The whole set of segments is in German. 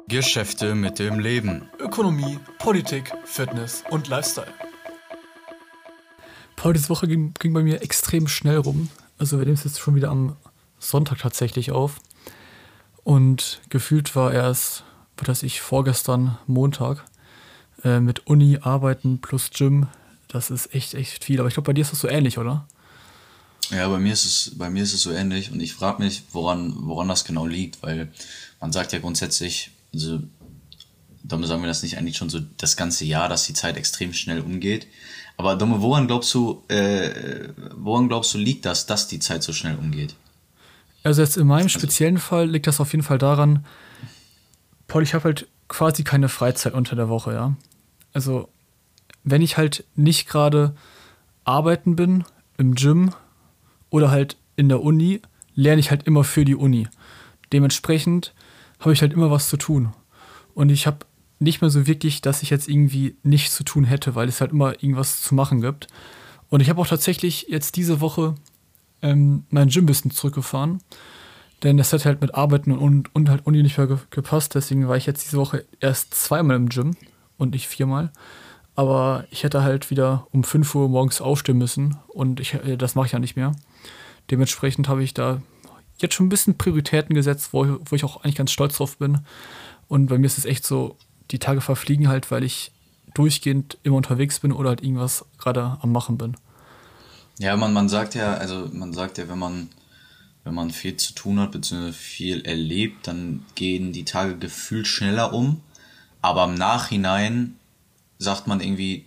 Geschäfte mit dem Leben. Ökonomie, Politik, Fitness und Lifestyle. Paul, diese Woche ging bei mir extrem schnell rum. Also wir nehmen es jetzt schon wieder am Sonntag tatsächlich auf. Und gefühlt war erst, vorgestern Montag mit Uni, Arbeiten plus Gym. Das ist echt viel. Aber ich glaube, bei dir ist das so ähnlich, oder? Ja, bei mir ist es so ähnlich und ich frage mich, woran das genau liegt, weil man sagt ja grundsätzlich, also damit sagen wir das nicht eigentlich schon so das ganze Jahr, dass die Zeit extrem schnell umgeht. Aber Domme, woran glaubst du, liegt das, dass die Zeit so schnell umgeht? Also jetzt in meinem speziellen Fall liegt das auf jeden Fall daran, Paul, ich habe halt quasi keine Freizeit unter der Woche, ja. Also wenn ich halt nicht gerade arbeiten bin, im Gym oder halt in der Uni, lerne ich halt immer für die Uni. Dementsprechend habe ich halt immer was zu tun. Und ich habe nicht mehr so wirklich, dass ich jetzt irgendwie nichts zu tun hätte, weil es halt immer irgendwas zu machen gibt. Und ich habe auch tatsächlich jetzt diese Woche mein Gym ein bisschen zurückgefahren. Denn das hat halt mit Arbeiten und halt Uni nicht mehr gepasst. Deswegen war ich jetzt diese Woche erst 2-mal im Gym und nicht 4-mal. Aber ich hätte halt wieder um 5 Uhr morgens aufstehen müssen. Und das mache ich ja nicht mehr. Dementsprechend habe ich da jetzt schon ein bisschen Prioritäten gesetzt, wo ich auch eigentlich ganz stolz drauf bin. Und bei mir ist es echt so, die Tage verfliegen halt, weil ich durchgehend immer unterwegs bin oder halt irgendwas gerade am Machen bin. Ja, man sagt ja, wenn man viel zu tun hat, beziehungsweise viel erlebt, dann gehen die Tage gefühlt schneller um. Aber im Nachhinein sagt man irgendwie,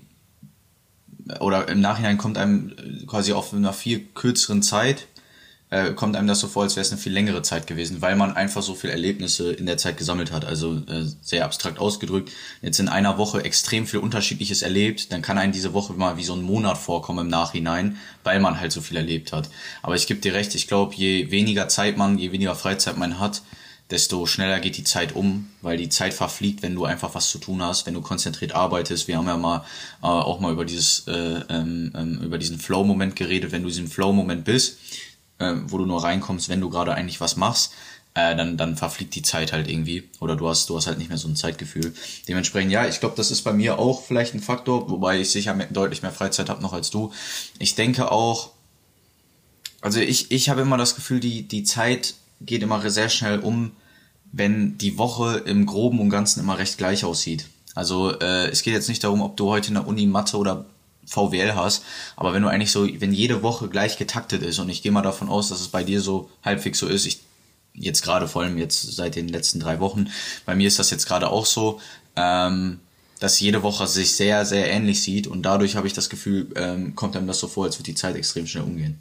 oder im Nachhinein kommt einem quasi auf einer viel kürzeren Zeit, kommt einem das so vor, als wäre es eine viel längere Zeit gewesen, weil man einfach so viele Erlebnisse in der Zeit gesammelt hat. Also sehr abstrakt ausgedrückt, jetzt in einer Woche extrem viel Unterschiedliches erlebt, dann kann einem diese Woche mal wie so ein Monat vorkommen im Nachhinein, weil man halt so viel erlebt hat. Aber ich gebe dir recht, ich glaube, je weniger Freizeit man hat, desto schneller geht die Zeit um, weil die Zeit verfliegt, wenn du einfach was zu tun hast, wenn du konzentriert arbeitest. Wir haben ja mal auch mal über diesen Flow-Moment geredet. Wenn du in diesem Flow-Moment bist, wo du nur reinkommst, wenn du gerade eigentlich was machst, dann verfliegt die Zeit halt irgendwie, oder du hast halt nicht mehr so ein Zeitgefühl. Dementsprechend, ja, ich glaube, das ist bei mir auch vielleicht ein Faktor, wobei ich sicher deutlich mehr Freizeit habe noch als du. Ich denke auch, also ich habe immer das Gefühl, die Zeit geht immer sehr schnell um, wenn die Woche im Groben und Ganzen immer recht gleich aussieht. Also es geht jetzt nicht darum, ob du heute in der Uni Mathe oder VWL hast, aber wenn jede Woche gleich getaktet ist, und ich gehe mal davon aus, dass es bei dir so halbwegs so ist, jetzt gerade vor allem jetzt seit den letzten 3 Wochen, bei mir ist das jetzt gerade auch so, dass jede Woche sich sehr, sehr ähnlich sieht, und dadurch habe ich das Gefühl, kommt einem das so vor, als würde die Zeit extrem schnell umgehen.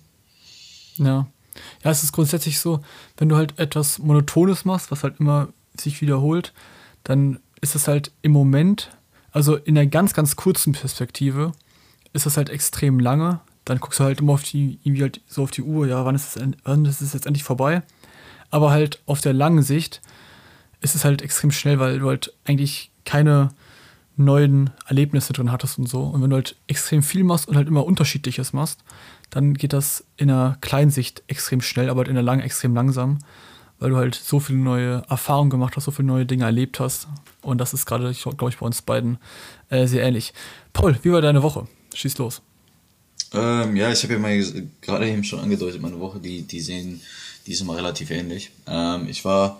Ja. Ja, es ist grundsätzlich so, wenn du halt etwas Monotones machst, was halt immer sich wiederholt, dann ist es halt im Moment, also in einer ganz, ganz kurzen Perspektive, ist das halt extrem lange. Dann guckst du halt immer auf die Uhr, ja, wann ist es jetzt endlich vorbei? Aber halt auf der langen Sicht ist es halt extrem schnell, weil du halt eigentlich keine neuen Erlebnisse drin hattest und so. Und wenn du halt extrem viel machst und halt immer Unterschiedliches machst, dann geht das in einer kleinen Sicht extrem schnell, aber in der langen extrem langsam, weil du halt so viele neue Erfahrungen gemacht hast, so viele neue Dinge erlebt hast. Und das ist gerade, glaube ich, bei uns beiden sehr ähnlich. Paul, wie war deine Woche? Schieß los. Ja, ich habe ja mal gerade eben schon angedeutet, meine Woche, die ist immer relativ ähnlich. Ich war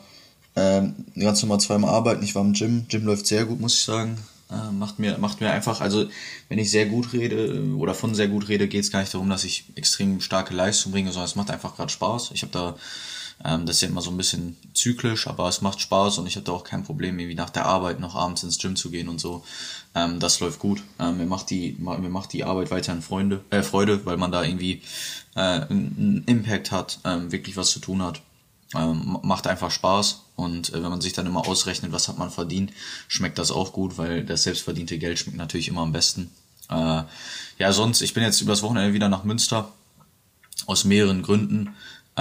ganz normal 2-mal arbeiten, ich war im Gym. Gym läuft sehr gut, muss ich sagen. Macht mir einfach, also wenn ich sehr gut rede oder von sehr gut rede, geht es gar nicht darum, dass ich extrem starke Leistung bringe, sondern es macht einfach gerade Spaß. Ich habe da, das ist ja immer so ein bisschen zyklisch, aber es macht Spaß, und ich habe da auch kein Problem, irgendwie nach der Arbeit noch abends ins Gym zu gehen und so. Das läuft gut. Mir macht die Arbeit weiterhin Freude, weil man da irgendwie einen Impact hat, wirklich was zu tun hat. Macht einfach Spaß, und wenn man sich dann immer ausrechnet, was hat man verdient, schmeckt das auch gut, weil das selbstverdiente Geld schmeckt natürlich immer am besten. Ja, sonst, ich bin jetzt übers Wochenende wieder nach Münster, aus mehreren Gründen.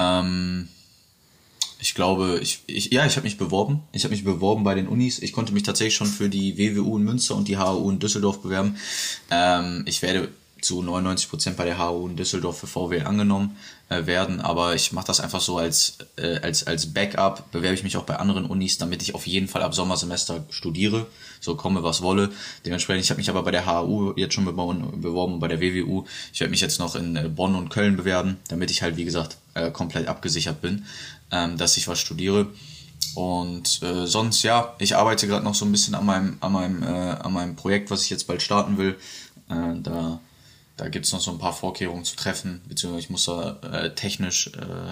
Ich glaube, ich habe mich beworben. Ich habe mich beworben bei den Unis. Ich konnte mich tatsächlich schon für die WWU in Münster und die HAU in Düsseldorf bewerben. Ich werde zu 99% bei der HU in Düsseldorf für VWL angenommen werden, aber ich mache das einfach so als Backup, bewerbe ich mich auch bei anderen Unis, damit ich auf jeden Fall ab Sommersemester studiere, so komme was wolle. Dementsprechend, ich habe mich aber bei der HU jetzt schon beworben und bei der WWU. Ich werde mich jetzt noch in Bonn und Köln bewerben, damit ich halt, wie gesagt, komplett abgesichert bin, dass ich was studiere. Und sonst, ja, ich arbeite gerade noch so ein bisschen an meinem Projekt, was ich jetzt bald starten will. Da gibt es noch so ein paar Vorkehrungen zu treffen, beziehungsweise ich muss da technisch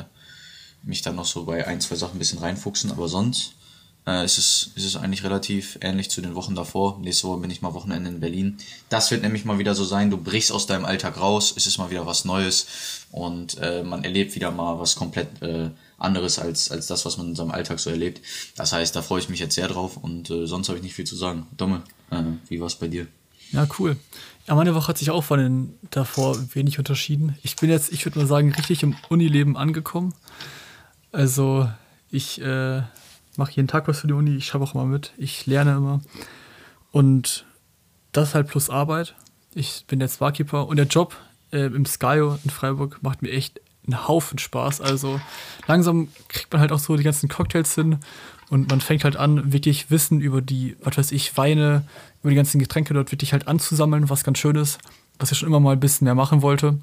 mich dann noch so bei ein, zwei Sachen ein bisschen reinfuchsen, aber sonst ist es eigentlich relativ ähnlich zu den Wochen davor. Nächste Woche bin ich mal Wochenende in Berlin. Das wird nämlich mal wieder so sein, du brichst aus deinem Alltag raus, es ist mal wieder was Neues und man erlebt wieder mal was komplett anderes als das, was man in seinem Alltag so erlebt. Das heißt, da freue ich mich jetzt sehr drauf und sonst habe ich nicht viel zu sagen. Domme, wie war es bei dir? Ja, cool. Ja, meine Woche hat sich auch von den davor wenig unterschieden. Ich bin jetzt, ich würde mal sagen, richtig im Unileben angekommen. Also ich mache jeden Tag was für die Uni, ich schreibe auch immer mit, ich lerne immer. Und das halt plus Arbeit. Ich bin jetzt Barkeeper und der Job im Skyo in Freiburg macht mir echt einen Haufen Spaß. Also langsam kriegt man halt auch so die ganzen Cocktails hin und man fängt halt an, wirklich Wissen über die, was weiß ich, Weine, über die ganzen Getränke dort wirklich halt anzusammeln, was ganz schön ist, was ich schon immer mal ein bisschen mehr machen wollte.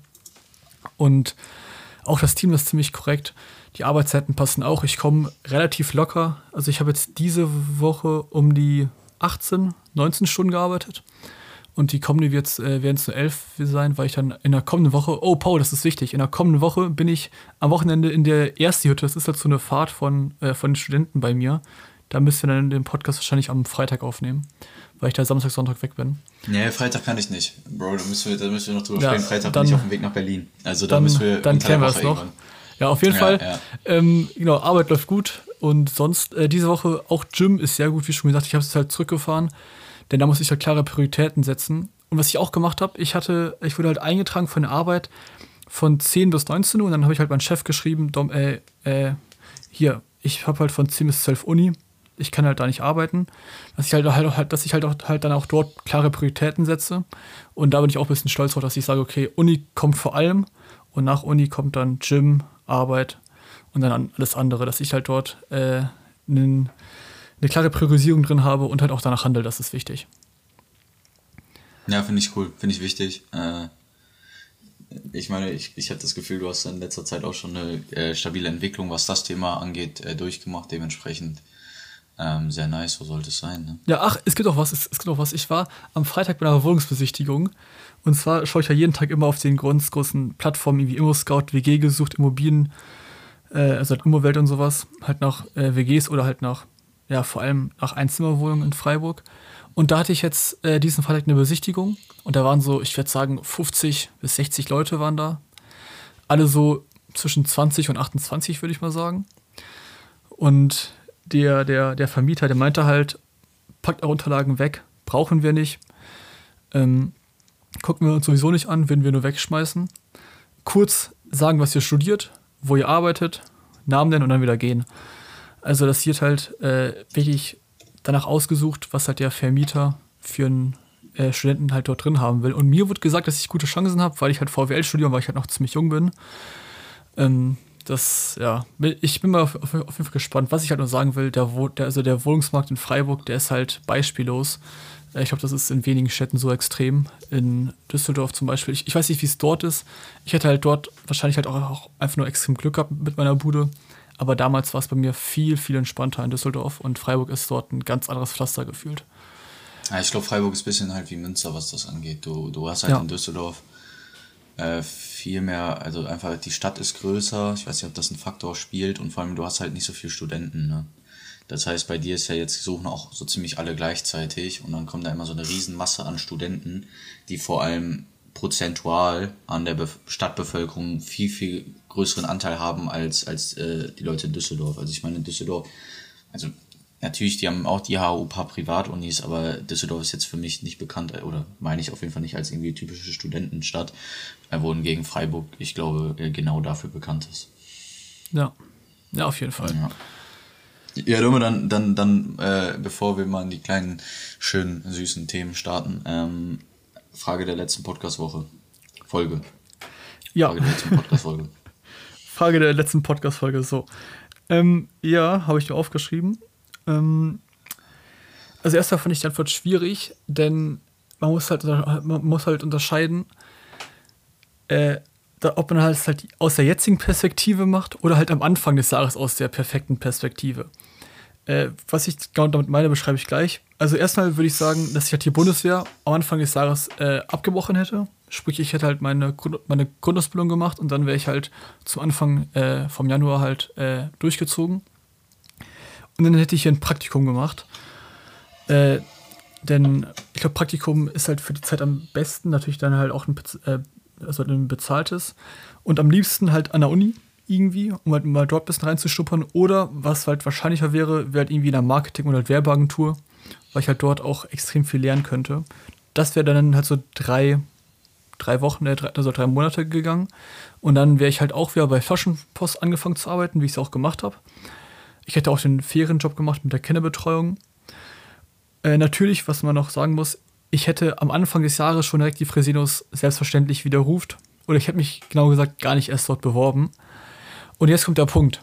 Und auch das Team ist ziemlich korrekt. Die Arbeitszeiten passen auch. Ich komme relativ locker. Also ich habe jetzt diese Woche um die 18, 19 Stunden gearbeitet. Und die kommende werden es nur 11 sein, weil ich dann in der kommenden Woche, oh Paul, das ist wichtig, in der kommenden Woche bin ich am Wochenende in der Ersti-Hütte. Das ist halt so eine Fahrt von den Studenten bei mir. Da müssen wir dann den Podcast wahrscheinlich am Freitag aufnehmen, weil ich da Samstag, Sonntag weg bin. Nee, Freitag kann ich nicht. Bro, da müssen wir noch drüber Ja, sprechen. Freitag dann- bin ich auf dem Weg nach Berlin. Also da Dann, müssen wir dann unter klären der wir das Woche noch. irgendwann. Ja, auf jeden Ja, Fall. ja. Genau, Arbeit läuft gut und sonst diese Woche auch Gym ist sehr gut, wie schon gesagt. Ich habe es halt zurückgefahren, denn da muss ich halt klare Prioritäten setzen. Und was ich auch gemacht habe, ich wurde halt eingetragen von der Arbeit von 10 bis 19 Uhr und dann habe ich halt meinen Chef geschrieben, Dom, hier, ich habe halt von 10 bis 12 Uni, ich kann halt da nicht arbeiten, dass ich halt dann auch dort klare Prioritäten setze. Und da bin ich auch ein bisschen stolz drauf, dass ich sage, okay, Uni kommt vor allem und nach Uni kommt dann Gym, Arbeit und dann alles andere, dass ich halt dort eine klare Priorisierung drin habe und halt auch danach handle, das ist wichtig. Ja, finde ich cool, finde ich wichtig. Ich meine, ich habe das Gefühl, du hast in letzter Zeit auch schon eine stabile Entwicklung, was das Thema angeht, durchgemacht. Dementsprechend sehr nice, so sollte es sein. Ne? Ja, ach, es gibt auch was. Ich war am Freitag bei einer Wohnungsbesichtigung und zwar schaue ich ja jeden Tag immer auf den ganz großen Plattformen wie ImmoScout, WG gesucht, Immobilien, also halt Immowelt und sowas, halt nach WGs oder halt vor allem nach Einzimmerwohnungen in Freiburg. Und da hatte ich jetzt diesen Freitag eine Besichtigung und da waren so, ich würde sagen, 50 bis 60 Leute waren da. Alle so zwischen 20 und 28, würde ich mal sagen. Und der Vermieter, der meinte halt, packt eure Unterlagen weg, brauchen wir nicht. Gucken wir uns sowieso nicht an, würden wir nur wegschmeißen. Kurz sagen, was ihr studiert, wo ihr arbeitet, Namen nennen und dann wieder gehen. Also das wird halt wirklich danach ausgesucht, was halt der Vermieter für einen Studenten halt dort drin haben will. Und mir wurde gesagt, dass ich gute Chancen habe, weil ich halt VWL studiere und weil ich halt noch ziemlich jung bin. Ich bin mal auf jeden Fall gespannt. Was ich halt noch sagen will, der Wohnungsmarkt in Freiburg, der ist halt beispiellos. Ich glaube, das ist in wenigen Städten so extrem. In Düsseldorf zum Beispiel. Ich weiß nicht, wie es dort ist. Ich hätte halt dort wahrscheinlich halt auch einfach nur extrem Glück gehabt mit meiner Bude. Aber damals war es bei mir viel, viel entspannter in Düsseldorf und Freiburg ist dort ein ganz anderes Pflaster gefühlt. Ja, ich glaube, Freiburg ist ein bisschen halt wie Münster, was das angeht. Du hast halt in Düsseldorf viel mehr, also einfach die Stadt ist größer, ich weiß nicht, ob das ein Faktor spielt und vor allem du hast halt nicht so viele Studenten, ne? Das heißt, bei dir ist ja jetzt, suchen auch so ziemlich alle gleichzeitig und dann kommt da immer so eine Riesenmasse an Studenten, die vor allem prozentual an der Stadtbevölkerung viel, viel größeren Anteil haben als die Leute in Düsseldorf. Also ich meine in Düsseldorf, also natürlich, die haben auch die HU ein paar Privatunis, aber Düsseldorf ist jetzt für mich nicht bekannt, oder meine ich auf jeden Fall nicht als irgendwie typische Studentenstadt, wohingegen Freiburg, ich glaube, genau dafür bekannt ist. Ja, auf jeden Fall. Ja, Dumme, dann bevor wir mal in die kleinen, schönen, süßen Themen starten, Frage der letzten Podcast-Woche. Folge. Ja. Frage der letzten Podcast-Folge. Frage der letzten Podcast-Folge, so. Ja, habe ich mir aufgeschrieben. Also erstmal fand ich die Antwort schwierig, denn man muss halt unterscheiden, ob man halt aus der jetzigen Perspektive macht oder halt am Anfang des Jahres aus der perfekten Perspektive. Was ich genau damit meine, beschreibe ich gleich. Also erstmal würde ich sagen, dass ich halt die Bundeswehr am Anfang des Jahres abgebrochen hätte. Sprich, ich hätte halt meine Grundausbildung gemacht und dann wäre ich halt zum Anfang vom Januar halt durchgezogen. Und dann hätte ich hier ein Praktikum gemacht. Denn ich glaube, Praktikum ist halt für die Zeit am besten. Natürlich dann halt auch ein bezahltes. Und am liebsten halt an der Uni irgendwie, um halt mal dort ein bisschen reinzuschnuppern. Oder was halt wahrscheinlicher wäre halt irgendwie in der Marketing- oder halt Werbeagentur, weil ich halt dort auch extrem viel lernen könnte. Das wäre dann halt so 3 Wochen, also 3 Monate gegangen. Und dann wäre ich halt auch wieder bei Flaschenpost angefangen zu arbeiten, wie ich es auch gemacht habe. Ich hätte auch den Ferienjob gemacht mit der Kinderbetreuung. Natürlich, was man noch sagen muss, ich hätte am Anfang des Jahres schon direkt die Fresenius selbstverständlich widerruft. Oder ich hätte mich, genau gesagt, gar nicht erst dort beworben. Und jetzt kommt der Punkt.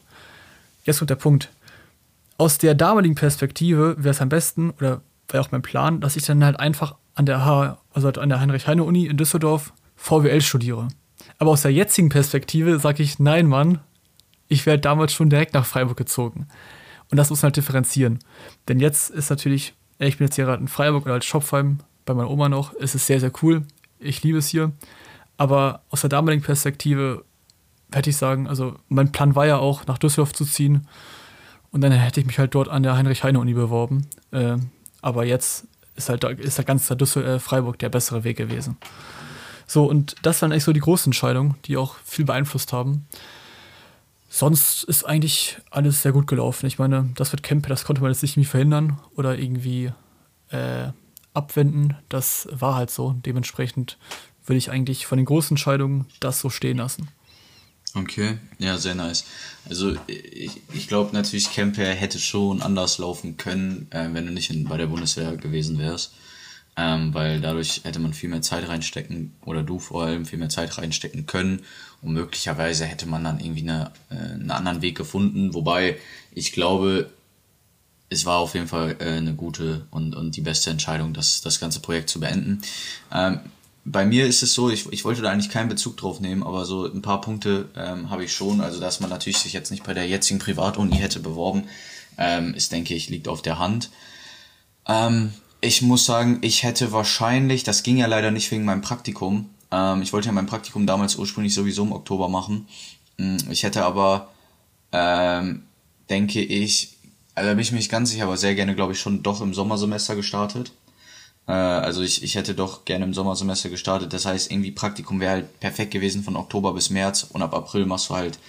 Aus der damaligen Perspektive wäre es am besten, oder wäre auch mein Plan, dass ich dann halt einfach an der Heinrich-Heine-Uni in Düsseldorf VWL studiere. Aber aus der jetzigen Perspektive sage ich, nein, Mann, ich wäre damals schon direkt nach Freiburg gezogen. Und das muss man halt differenzieren. Denn jetzt ist natürlich, ich bin jetzt hier gerade in Freiburg oder als Schopfheim bei meiner Oma noch, es ist sehr, sehr cool. Ich liebe es hier. Aber aus der damaligen Perspektive hätte ich sagen, also mein Plan war ja auch, nach Düsseldorf zu ziehen. Und dann hätte ich mich halt dort an der Heinrich-Heine-Uni beworben. Aber jetzt ist halt ganz Freiburg der bessere Weg gewesen. So, und das waren eigentlich so die großen Entscheidungen, die auch viel beeinflusst haben. Sonst ist eigentlich alles sehr gut gelaufen. Ich meine, das mit Camp, das konnte man jetzt nicht verhindern oder irgendwie abwenden. Das war halt so. Dementsprechend würde ich eigentlich von den großen Entscheidungen das so stehen lassen. Okay, ja, sehr nice. Also ich glaube natürlich, Camper hätte schon anders laufen können, wenn du nicht bei der Bundeswehr gewesen wärst. Weil dadurch hätte man viel mehr Zeit reinstecken, oder du vor allem viel mehr Zeit reinstecken können, und möglicherweise hätte man dann irgendwie einen anderen Weg gefunden, wobei ich glaube, es war auf jeden Fall eine gute und die beste Entscheidung, das ganze Projekt zu beenden. Bei mir ist es so, ich wollte da eigentlich keinen Bezug drauf nehmen, aber so ein paar Punkte habe ich schon, also dass man natürlich sich jetzt nicht bei der jetzigen Privatuni hätte beworben, ist, denke ich, liegt auf der Hand. Ich muss sagen, ich hätte wahrscheinlich, das ging ja leider nicht wegen meinem Praktikum, ich wollte ja mein Praktikum damals ursprünglich sowieso im Oktober machen, ich hätte aber, denke ich, also da bin ich mir nicht ganz sicher, aber sehr gerne, glaube ich, schon doch im Sommersemester gestartet. Also ich hätte doch gerne im Sommersemester gestartet, das heißt, irgendwie Praktikum wäre halt perfekt gewesen von Oktober bis März, und ab April machst du halt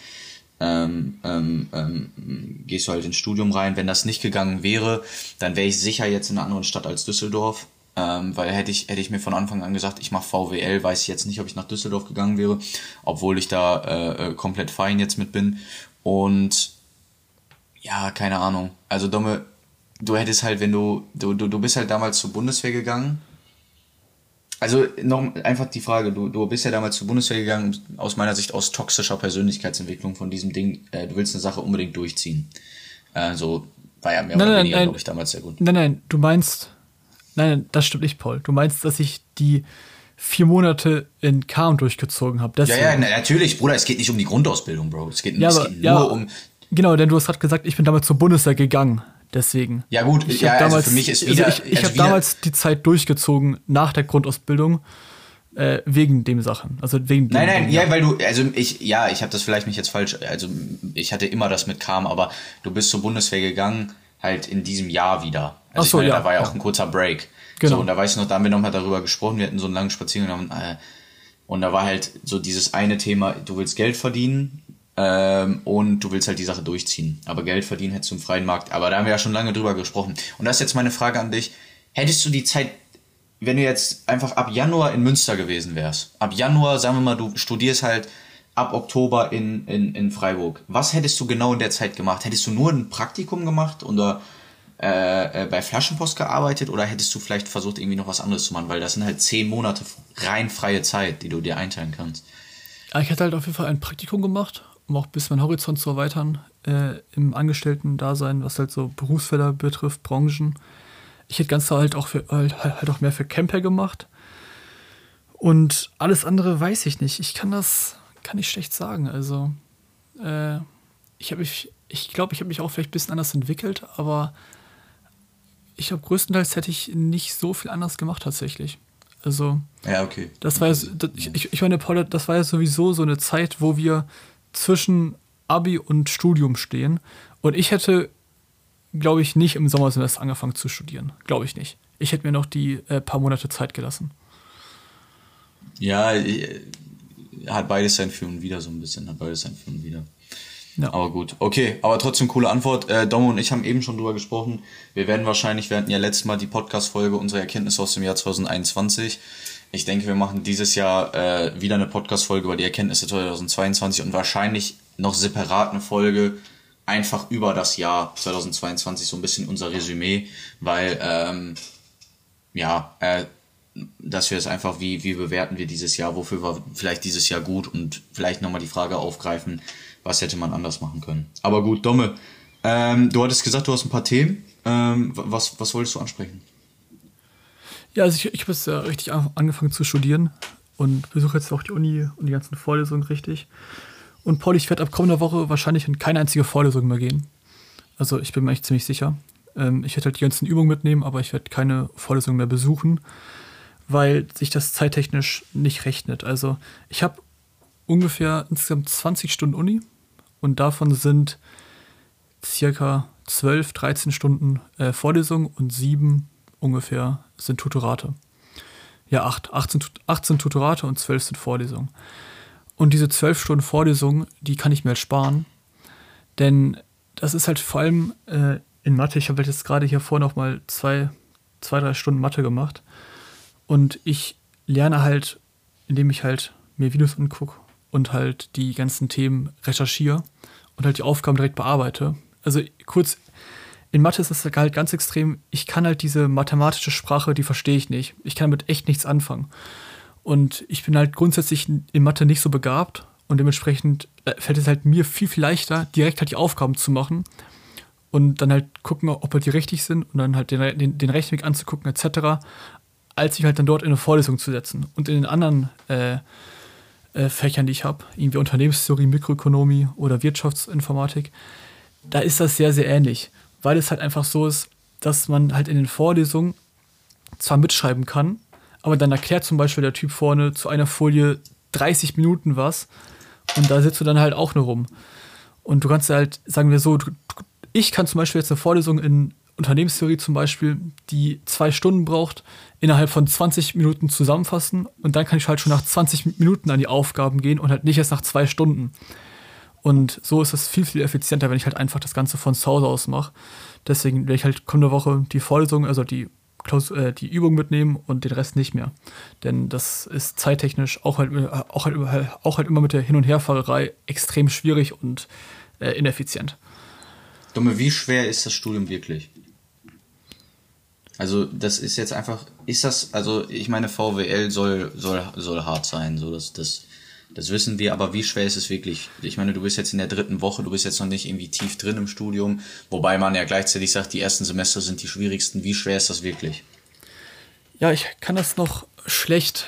gehst du halt ins Studium rein. Wenn das nicht gegangen wäre, dann wäre ich sicher jetzt in einer anderen Stadt als Düsseldorf, weil hätte ich mir von Anfang an gesagt, ich mache VWL, weiß ich jetzt nicht, ob ich nach Düsseldorf gegangen wäre, obwohl ich da komplett fein jetzt mit bin. Und ja, keine Ahnung. Also Domme, du hättest halt, wenn du bist halt damals zur Bundeswehr gegangen. Also noch einfach die Frage, du bist ja damals zur Bundeswehr gegangen, aus meiner Sicht aus toxischer Persönlichkeitsentwicklung von diesem Ding, du willst eine Sache unbedingt durchziehen. So war ja mehr oder weniger, glaube ich, damals sehr gut. Nein, das stimmt nicht, Paul. Du meinst, dass ich die 4 Monate in Kam durchgezogen habe. Ja, natürlich, Bruder, es geht nicht um die Grundausbildung, Bro. Es geht nur um... Genau, denn du hast gerade gesagt, ich bin damals zur Bundeswehr gegangen. Deswegen. Ja gut, also für mich ist wieder... Ich habe damals die Zeit durchgezogen nach der Grundausbildung wegen dem Sachen. Also wegen dem Nein, ja, weil du... Also ich habe das vielleicht nicht jetzt falsch... Also ich hatte immer das mit Kam, aber du bist zur Bundeswehr gegangen, halt in diesem Jahr wieder. Also so, da war ja auch ein kurzer Break. Genau. So, und da weiß ich noch, da haben wir nochmal darüber gesprochen, wir hatten so einen langen Spaziergang und da war halt so dieses eine Thema, du willst Geld verdienen, und du willst halt die Sache durchziehen. Aber Geld verdienen hättest du im freien Markt. Aber da haben wir ja schon lange drüber gesprochen. Und das ist jetzt meine Frage an dich. Hättest du die Zeit, wenn du jetzt einfach ab Januar in Münster gewesen wärst, ab Januar, sagen wir mal, du studierst halt ab Oktober in Freiburg. Was hättest du genau in der Zeit gemacht? Hättest du nur ein Praktikum gemacht oder bei Flaschenpost gearbeitet oder hättest du vielleicht versucht, irgendwie noch was anderes zu machen? Weil das sind halt 10 Monate rein freie Zeit, die du dir einteilen kannst. Ja, ich hätte halt auf jeden Fall ein Praktikum gemacht, um auch ein bisschen meinen Horizont zu erweitern im Angestellten-Dasein, was halt so Berufsfelder betrifft, Branchen. Ich hätte ganz halt auch halt auch mehr für Camper gemacht. Und alles andere weiß ich nicht. Ich kann ich schlecht sagen. Also, ich glaube, ich habe mich auch vielleicht ein bisschen anders entwickelt, aber ich glaube, größtenteils hätte ich nicht so viel anders gemacht tatsächlich. Also, Ja, okay. das war ich meine, Paul, das war ja sowieso so eine Zeit, wo wir zwischen Abi und Studium stehen. Und ich hätte, glaube ich, nicht im Sommersemester angefangen zu studieren. Glaube ich nicht. Ich hätte mir noch die paar Monate Zeit gelassen. Ja, hat beides sein Für und Wider so ein bisschen. Hat beides sein Für und Wider. Ja. Aber gut, okay, aber trotzdem coole Antwort. Domo und ich haben eben schon drüber gesprochen. Wir hatten ja letztes Mal die Podcast-Folge unserer Erkenntnisse aus dem Jahr 2021. Ich denke, wir machen dieses Jahr wieder eine Podcast-Folge über die Erkenntnisse 2022 und wahrscheinlich noch separat eine Folge einfach über das Jahr 2022, so ein bisschen unser Resümee, weil, dass wir es einfach, wie bewerten wir dieses Jahr, wofür war vielleicht dieses Jahr gut und vielleicht nochmal die Frage aufgreifen, was hätte man anders machen können. Aber gut, Domme, du hattest gesagt, du hast ein paar Themen. Was wolltest du ansprechen? Ja, also ich habe jetzt ja richtig angefangen zu studieren und besuche jetzt auch die Uni und die ganzen Vorlesungen richtig. Und Paul, ich werde ab kommender Woche wahrscheinlich in keine einzige Vorlesung mehr gehen. Also ich bin mir echt ziemlich sicher. Ich werde halt die ganzen Übungen mitnehmen, aber ich werde keine Vorlesung mehr besuchen, weil sich das zeittechnisch nicht rechnet. Also ich habe ungefähr insgesamt 20 Stunden Uni und davon sind circa 12, 13 Stunden Vorlesung und 7 ungefähr sind Tutorate. Ja, 18 Tutorate und 12 sind Vorlesungen. Und diese 12 Stunden Vorlesung, die kann ich mir halt sparen, denn das ist halt vor allem in Mathe. Ich habe halt jetzt gerade hier vorher noch mal 2-3 Stunden Mathe gemacht und ich lerne halt, indem ich halt mir Videos angucke und halt die ganzen Themen recherchiere und halt die Aufgaben direkt bearbeite. Also kurz, in Mathe ist es halt ganz extrem, ich kann halt diese mathematische Sprache, die verstehe ich nicht. Ich kann damit echt nichts anfangen. Und ich bin halt grundsätzlich in Mathe nicht so begabt und dementsprechend fällt es halt mir viel, viel leichter, direkt halt die Aufgaben zu machen und dann halt gucken, ob halt die richtig sind und dann halt den Rechenweg anzugucken etc., als sich halt dann dort in eine Vorlesung zu setzen. Und in den anderen Fächern, die ich habe, irgendwie Unternehmenstheorie, Mikroökonomie oder Wirtschaftsinformatik, da ist das sehr, sehr ähnlich, weil es halt einfach so ist, dass man halt in den Vorlesungen zwar mitschreiben kann, aber dann erklärt zum Beispiel der Typ vorne zu einer Folie 30 Minuten was und da sitzt du dann halt auch nur rum. Und du kannst halt, sagen wir so, ich kann zum Beispiel jetzt eine Vorlesung in Unternehmenstheorie zum Beispiel, die 2 Stunden braucht, innerhalb von 20 Minuten zusammenfassen und dann kann ich halt schon nach 20 Minuten an die Aufgaben gehen und halt nicht erst nach 2 Stunden. Und so ist es viel, viel effizienter, wenn ich halt einfach das Ganze von zu Hause aus mache. Deswegen werde ich halt kommende Woche die Vorlesung, also die Übung mitnehmen und den Rest nicht mehr. Denn das ist zeittechnisch auch halt immer mit der Hin- und Herfahrerei extrem schwierig und ineffizient. Dumme, wie schwer ist das Studium wirklich? Also das ist jetzt einfach, also ich meine VWL soll hart sein, so das wissen wir, aber wie schwer ist es wirklich? Ich meine, du bist jetzt in der 3. Woche, du bist jetzt noch nicht irgendwie tief drin im Studium, wobei man ja gleichzeitig sagt, die ersten Semester sind die schwierigsten. Wie schwer ist das wirklich? Ja, ich kann das noch schlecht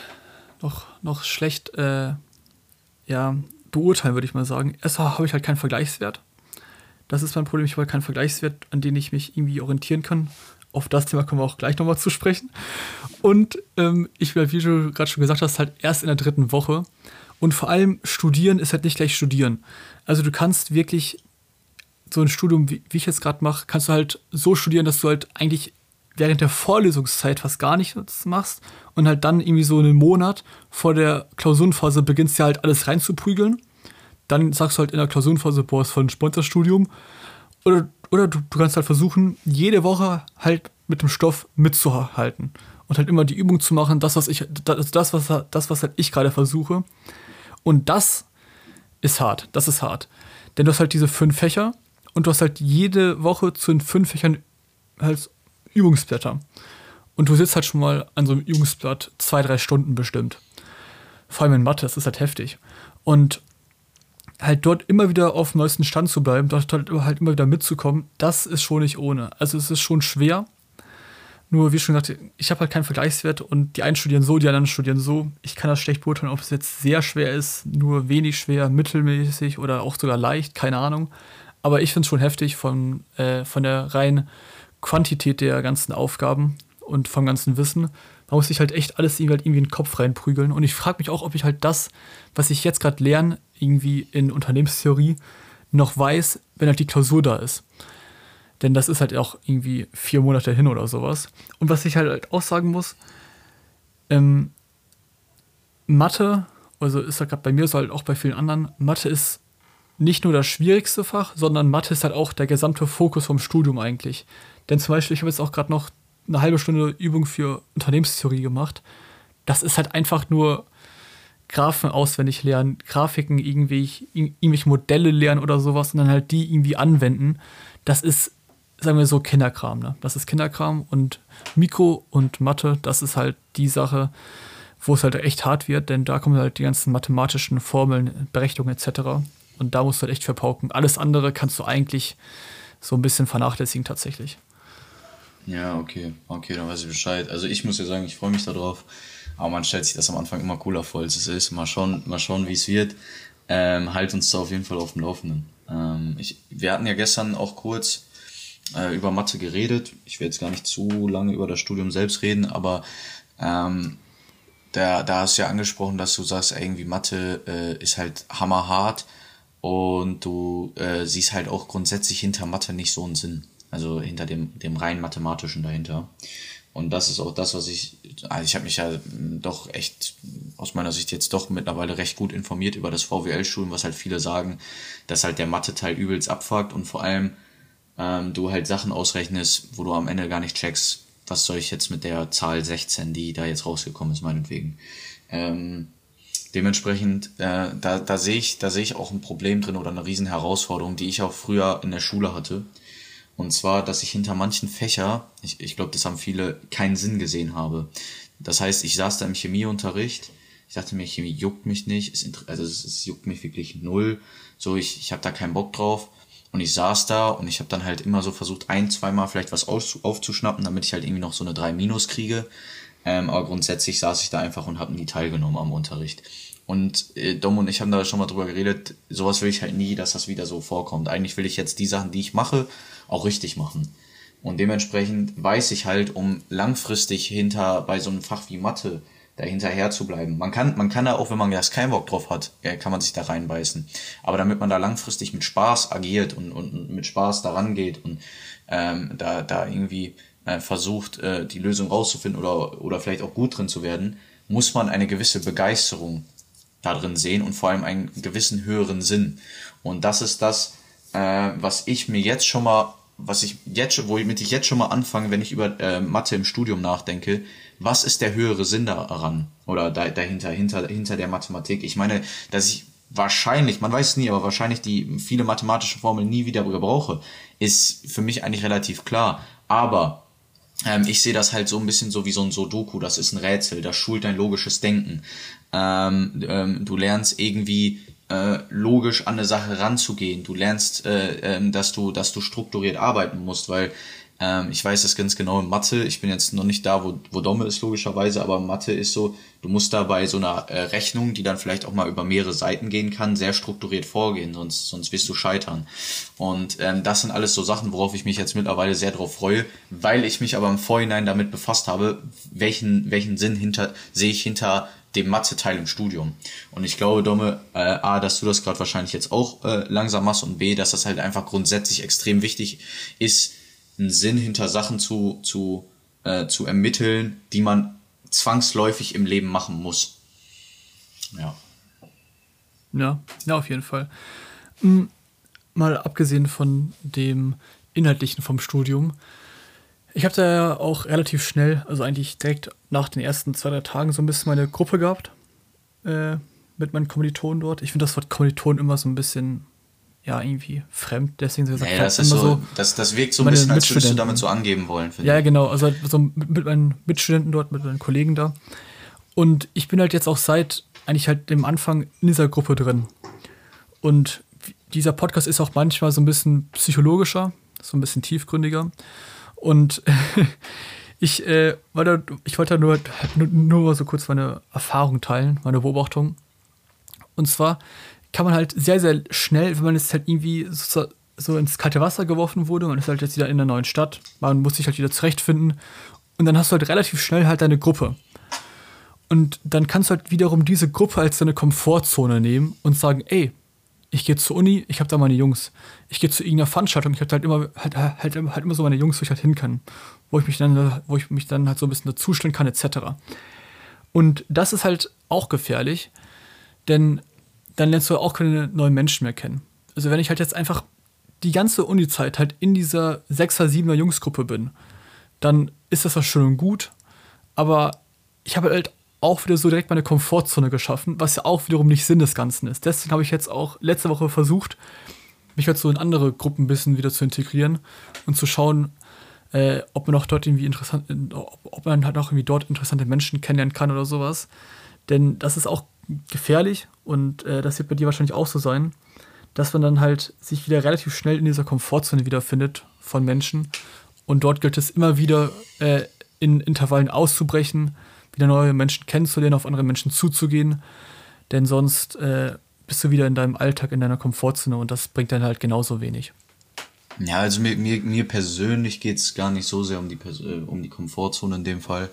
beurteilen, würde ich mal sagen. Erstmal habe ich halt keinen Vergleichswert. Das ist mein Problem, ich habe halt keinen Vergleichswert, an den ich mich irgendwie orientieren kann. Auf das Thema kommen wir auch gleich nochmal zu sprechen. Und ich will, wie du gerade schon gesagt hast, halt erst in der 3. Woche. Und vor allem studieren ist halt nicht gleich studieren. Also du kannst wirklich so ein Studium, wie ich jetzt gerade mache, kannst du halt so studieren, dass du halt eigentlich während der Vorlesungszeit fast gar nichts machst und halt dann irgendwie so einen Monat vor der Klausurenphase beginnst ja halt alles reinzuprügeln. Dann sagst du halt in der Klausurenphase, boah, ist voll ein Sponsorstudium. Oder du kannst halt versuchen, jede Woche halt mit dem Stoff mitzuhalten und halt immer die Übung zu machen, das, was halt ich gerade versuche. Und das ist hart. Das ist hart. Denn du hast halt diese 5 Fächer und du hast halt jede Woche zu den 5 Fächern halt Übungsblätter. Und du sitzt halt schon mal an so einem Übungsblatt 2-3 Stunden bestimmt. Vor allem in Mathe, das ist halt heftig. Und halt dort immer wieder auf dem neuesten Stand zu bleiben, dort halt immer wieder mitzukommen, das ist schon nicht ohne. Also es ist schon schwer. Nur, wie schon gesagt, ich habe halt keinen Vergleichswert und die einen studieren so, die anderen studieren so. Ich kann das schlecht beurteilen, ob es jetzt sehr schwer ist, nur wenig schwer, mittelmäßig oder auch sogar leicht, keine Ahnung. Aber ich finde es schon heftig von der reinen Quantität der ganzen Aufgaben und vom ganzen Wissen. Da muss ich halt echt alles irgendwie in den Kopf reinprügeln. Und ich frage mich auch, ob ich halt das, was ich jetzt gerade lerne, irgendwie in Unternehmenstheorie, noch weiß, wenn halt die Klausur da ist. Denn das ist halt auch irgendwie 4 Monate hin oder sowas. Und was ich halt auch sagen muss, Mathe, also ist halt gerade bei mir so halt auch bei vielen anderen, Mathe ist nicht nur das schwierigste Fach, sondern Mathe ist halt auch der gesamte Fokus vom Studium eigentlich. Denn zum Beispiel, ich habe jetzt auch gerade noch eine halbe Stunde Übung für Unternehmenstheorie gemacht. Das ist halt einfach nur Graphen auswendig lernen, Grafiken irgendwelche Modelle lernen oder sowas und dann halt die irgendwie anwenden. Das ist, sagen wir so, Kinderkram. Ne? Das ist Kinderkram und Mikro und Mathe, das ist halt die Sache, wo es halt echt hart wird, denn da kommen halt die ganzen mathematischen Formeln, Berechnungen etc. Und da musst du halt echt verpauken. Alles andere kannst du eigentlich so ein bisschen vernachlässigen tatsächlich. Ja, okay, dann weiß ich Bescheid. Also ich muss ja sagen, ich freue mich darauf, aber man stellt sich das am Anfang immer cooler vor, als es ist. Mal schauen, wie es wird. Halt uns da auf jeden Fall auf dem Laufenden. Wir hatten ja gestern auch kurz über Mathe geredet. Ich will jetzt gar nicht zu lange über das Studium selbst reden, aber da hast du ja angesprochen, dass du sagst, irgendwie Mathe ist halt hammerhart und du siehst halt auch grundsätzlich hinter Mathe nicht so einen Sinn. Also hinter dem rein mathematischen dahinter. Und das ist auch das, was ich habe mich ja doch echt aus meiner Sicht jetzt doch mittlerweile recht gut informiert über das VWL-Studium, was halt viele sagen, dass halt der Mathe-Teil übelst abfuckt und vor allem du halt Sachen ausrechnest, wo du am Ende gar nicht checkst, was soll ich jetzt mit der Zahl 16, die da jetzt rausgekommen ist, meinetwegen. Dementsprechend, da sehe ich auch ein Problem drin oder eine riesen Herausforderung, die ich auch früher in der Schule hatte. Und zwar, dass ich hinter manchen Fächer, ich glaube, das haben viele, keinen Sinn gesehen habe. Das heißt, ich saß da im Chemieunterricht, ich dachte mir, Chemie juckt mich nicht, es juckt mich wirklich null. So, ich habe da keinen Bock drauf. Und ich saß da und ich habe dann halt immer so versucht, 1-2 Mal vielleicht was aufzuschnappen, damit ich halt irgendwie noch so eine 3- kriege. Aber grundsätzlich saß ich da einfach und habe nie teilgenommen am Unterricht. Und Dom und ich haben da schon mal drüber geredet, sowas will ich halt nie, dass das wieder so vorkommt. Eigentlich will ich jetzt die Sachen, die ich mache, auch richtig machen. Und dementsprechend weiß ich halt, um langfristig bei so einem Fach wie Mathe dahinterher zu bleiben. Man kann da auch, wenn man jetzt keinen Bock drauf hat, kann man sich da reinbeißen. Aber damit man da langfristig mit Spaß agiert und mit Spaß daran geht und da irgendwie versucht, die Lösung rauszufinden oder vielleicht auch gut drin zu werden, muss man eine gewisse Begeisterung da drin sehen und vor allem einen gewissen höheren Sinn. Und das ist das, womit ich jetzt schon mal anfange, wenn ich über Mathe im Studium nachdenke. Was ist der höhere Sinn daran? Oder dahinter, hinter der Mathematik? Ich meine, dass ich wahrscheinlich, man weiß es nie, aber wahrscheinlich die viele mathematische Formeln nie wieder brauche, ist für mich eigentlich relativ klar. Aber ich sehe das halt so ein bisschen so wie so ein Sudoku, das ist ein Rätsel, das schult dein logisches Denken. Du lernst irgendwie logisch an eine Sache ranzugehen. Du lernst, dass du strukturiert arbeiten musst, weil ich weiß das ganz genau in Mathe, ich bin jetzt noch nicht da, wo Domme ist logischerweise, aber Mathe ist so, du musst da bei so einer Rechnung, die dann vielleicht auch mal über mehrere Seiten gehen kann, sehr strukturiert vorgehen, sonst wirst du scheitern. Und das sind alles so Sachen, worauf ich mich jetzt mittlerweile sehr drauf freue, weil ich mich aber im Vorhinein damit befasst habe, welchen Sinn sehe ich hinter dem Mathe-Teil im Studium. Und ich glaube, Domme, A, dass du das gerade wahrscheinlich jetzt auch langsam machst und B, dass das halt einfach grundsätzlich extrem wichtig ist, einen Sinn hinter Sachen zu ermitteln, die man zwangsläufig im Leben machen muss. Ja. Ja, auf jeden Fall. Mal abgesehen von dem Inhaltlichen vom Studium, ich habe da ja auch relativ schnell, also eigentlich direkt nach den ersten 2-3 Tagen so ein bisschen meine Gruppe gehabt mit meinen Kommilitonen dort. Ich finde das Wort Kommilitonen immer so ein bisschen, ja, irgendwie fremd. Deswegen gesagt, naja, das ist so, das wirkt so ein bisschen, als würdest du damit so angeben wollen. Ja, genau. Also halt so mit meinen Mitstudenten dort, mit meinen Kollegen da. Und ich bin halt jetzt auch seit eigentlich halt dem Anfang in dieser Gruppe drin. Und dieser Podcast ist auch manchmal so ein bisschen psychologischer, so ein bisschen tiefgründiger. Und ich wollte nur so kurz meine Erfahrung teilen, meine Beobachtung. Und zwar kann man halt sehr, sehr schnell, wenn man jetzt halt irgendwie so ins kalte Wasser geworfen wurde, man ist halt jetzt wieder in einer neuen Stadt, man muss sich halt wieder zurechtfinden und dann hast du halt relativ schnell halt deine Gruppe. Und dann kannst du halt wiederum diese Gruppe als deine Komfortzone nehmen und sagen, ey, ich gehe zur Uni, ich habe da meine Jungs. Ich gehe zu irgendeiner Veranstaltung, ich habe halt immer so meine Jungs, wo ich halt hin kann. Wo ich mich dann halt so ein bisschen dazustellen kann, etc. Und das ist halt auch gefährlich, denn dann lernst du auch keine neuen Menschen mehr kennen. Also wenn ich halt jetzt einfach die ganze Uni-Zeit halt in dieser 6er, 7er Jungsgruppe bin, dann ist das was schön und gut, aber ich habe halt auch wieder so direkt meine Komfortzone geschaffen, was ja auch wiederum nicht Sinn des Ganzen ist. Deswegen habe ich jetzt auch letzte Woche versucht, mich halt so in andere Gruppen ein bisschen wieder zu integrieren und zu schauen, ob man auch dort irgendwie ob man halt auch irgendwie dort interessante Menschen kennenlernen kann oder sowas. Denn das ist auch gefährlich und das wird bei dir wahrscheinlich auch so sein, dass man dann halt sich wieder relativ schnell in dieser Komfortzone wiederfindet von Menschen und dort gilt es immer wieder in Intervallen auszubrechen, wieder neue Menschen kennenzulernen, auf andere Menschen zuzugehen, denn sonst bist du wieder in deinem Alltag, in deiner Komfortzone und das bringt dann halt genauso wenig. Ja, also mir persönlich geht es gar nicht so sehr um die Komfortzone in dem Fall,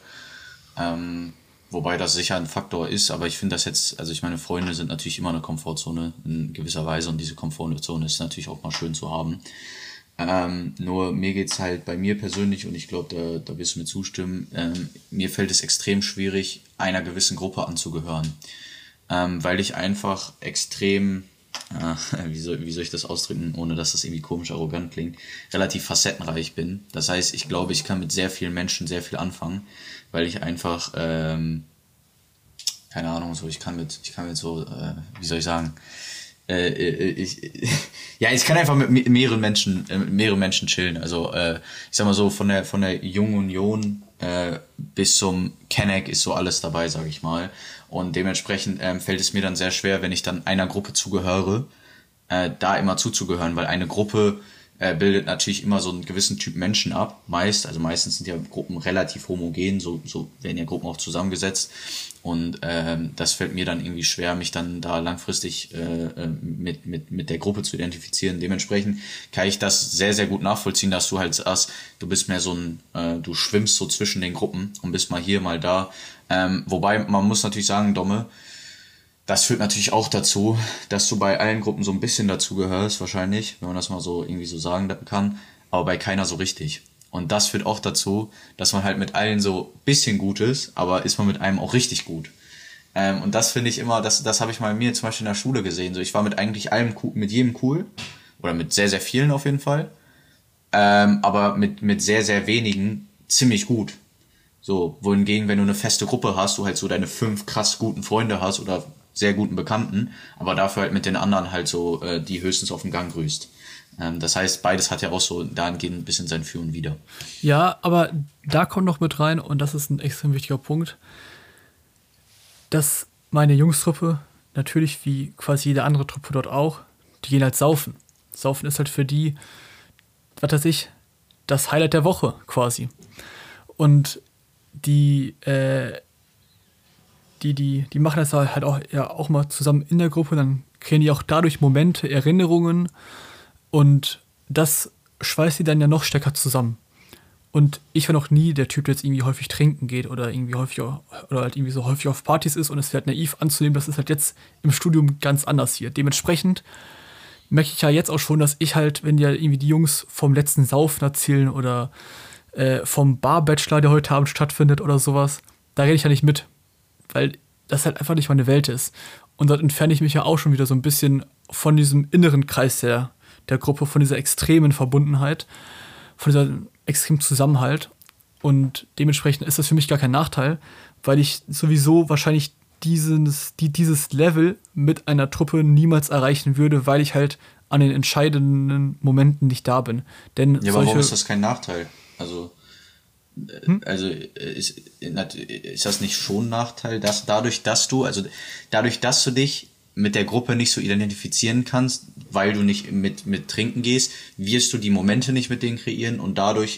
wobei das sicher ein Faktor ist, aber ich finde das jetzt, also ich meine, Freunde sind natürlich immer eine Komfortzone in gewisser Weise und diese Komfortzone ist natürlich auch mal schön zu haben. Nur mir geht's halt bei mir persönlich und ich glaube, da wirst du mir zustimmen, mir fällt es extrem schwierig, einer gewissen Gruppe anzugehören, weil ich einfach extrem, wie soll ich das ausdrücken, ohne dass das irgendwie komisch arrogant klingt, relativ facettenreich bin. Das heißt, ich glaube, ich kann mit sehr vielen Menschen sehr viel anfangen, weil ich einfach, keine Ahnung, so ich kann mit so, wie soll ich sagen, ich kann einfach mit mehreren Menschen chillen. Also ich sag mal so, von der Jungen Union bis zum Kenneck ist so alles dabei, sag ich mal. Und dementsprechend fällt es mir dann sehr schwer, wenn ich dann einer Gruppe zugehöre, da immer zuzugehören, weil eine Gruppe bildet natürlich immer so einen gewissen Typ Menschen ab, meistens sind ja Gruppen relativ homogen, so werden ja Gruppen auch zusammengesetzt und das fällt mir dann irgendwie schwer, mich dann da langfristig mit der Gruppe zu identifizieren. Dementsprechend kann ich das sehr, sehr gut nachvollziehen, dass du halt sagst, du bist mehr so du schwimmst so zwischen den Gruppen und bist mal hier, mal da, wobei man muss natürlich sagen, Domme, das führt natürlich auch dazu, dass du bei allen Gruppen so ein bisschen dazugehörst, wahrscheinlich, wenn man das mal so irgendwie so sagen kann, aber bei keiner so richtig. Und das führt auch dazu, dass man halt mit allen so ein bisschen gut ist, aber ist man mit einem auch richtig gut. Und das finde ich immer, das habe ich mal mir zum Beispiel in der Schule gesehen. So, ich war mit eigentlich allem mit jedem cool, oder mit sehr, sehr vielen auf jeden Fall, aber mit sehr, sehr wenigen ziemlich gut. So, wohingegen, wenn du eine feste Gruppe hast, du halt so deine 5 krass guten Freunde hast oder sehr guten Bekannten, aber dafür halt mit den anderen halt so, die höchstens auf dem Gang grüßt. Das heißt, beides hat ja auch so dahingehend ein bisschen sein Für und Wider. Ja, aber da kommt noch mit rein, und das ist ein extrem wichtiger Punkt, dass meine Jungstruppe, natürlich wie quasi jede andere Truppe dort auch, die gehen halt saufen. Saufen ist halt für die, was weiß ich, das Highlight der Woche quasi. Und die machen das halt auch mal zusammen in der Gruppe, dann kriegen die auch dadurch Momente, Erinnerungen und das schweißt die dann ja noch stärker zusammen. Und ich war noch nie der Typ, der jetzt irgendwie häufig trinken geht oder irgendwie häufig so häufig auf Partys ist, und es wäre halt naiv anzunehmen, das ist halt jetzt im Studium ganz anders hier. Dementsprechend merke ich ja jetzt auch schon, dass ich halt, wenn ja irgendwie die Jungs vom letzten Saufen erzählen oder vom Bar-Bachelor, der heute Abend stattfindet oder sowas, da rede ich ja nicht mit, weil das halt einfach nicht meine Welt ist. Und dort entferne ich mich ja auch schon wieder so ein bisschen von diesem inneren Kreis der Gruppe, von dieser extremen Verbundenheit, von dieser extremen Zusammenhalt. Und dementsprechend ist das für mich gar kein Nachteil, weil ich sowieso wahrscheinlich dieses Level mit einer Truppe niemals erreichen würde, weil ich halt an den entscheidenden Momenten nicht da bin. Denn Ja, aber warum ist das kein Nachteil? Also ist das nicht schon ein Nachteil, dass dadurch, dass du dich mit der Gruppe nicht so identifizieren kannst, weil du nicht mit trinken gehst, wirst du die Momente nicht mit denen kreieren und dadurch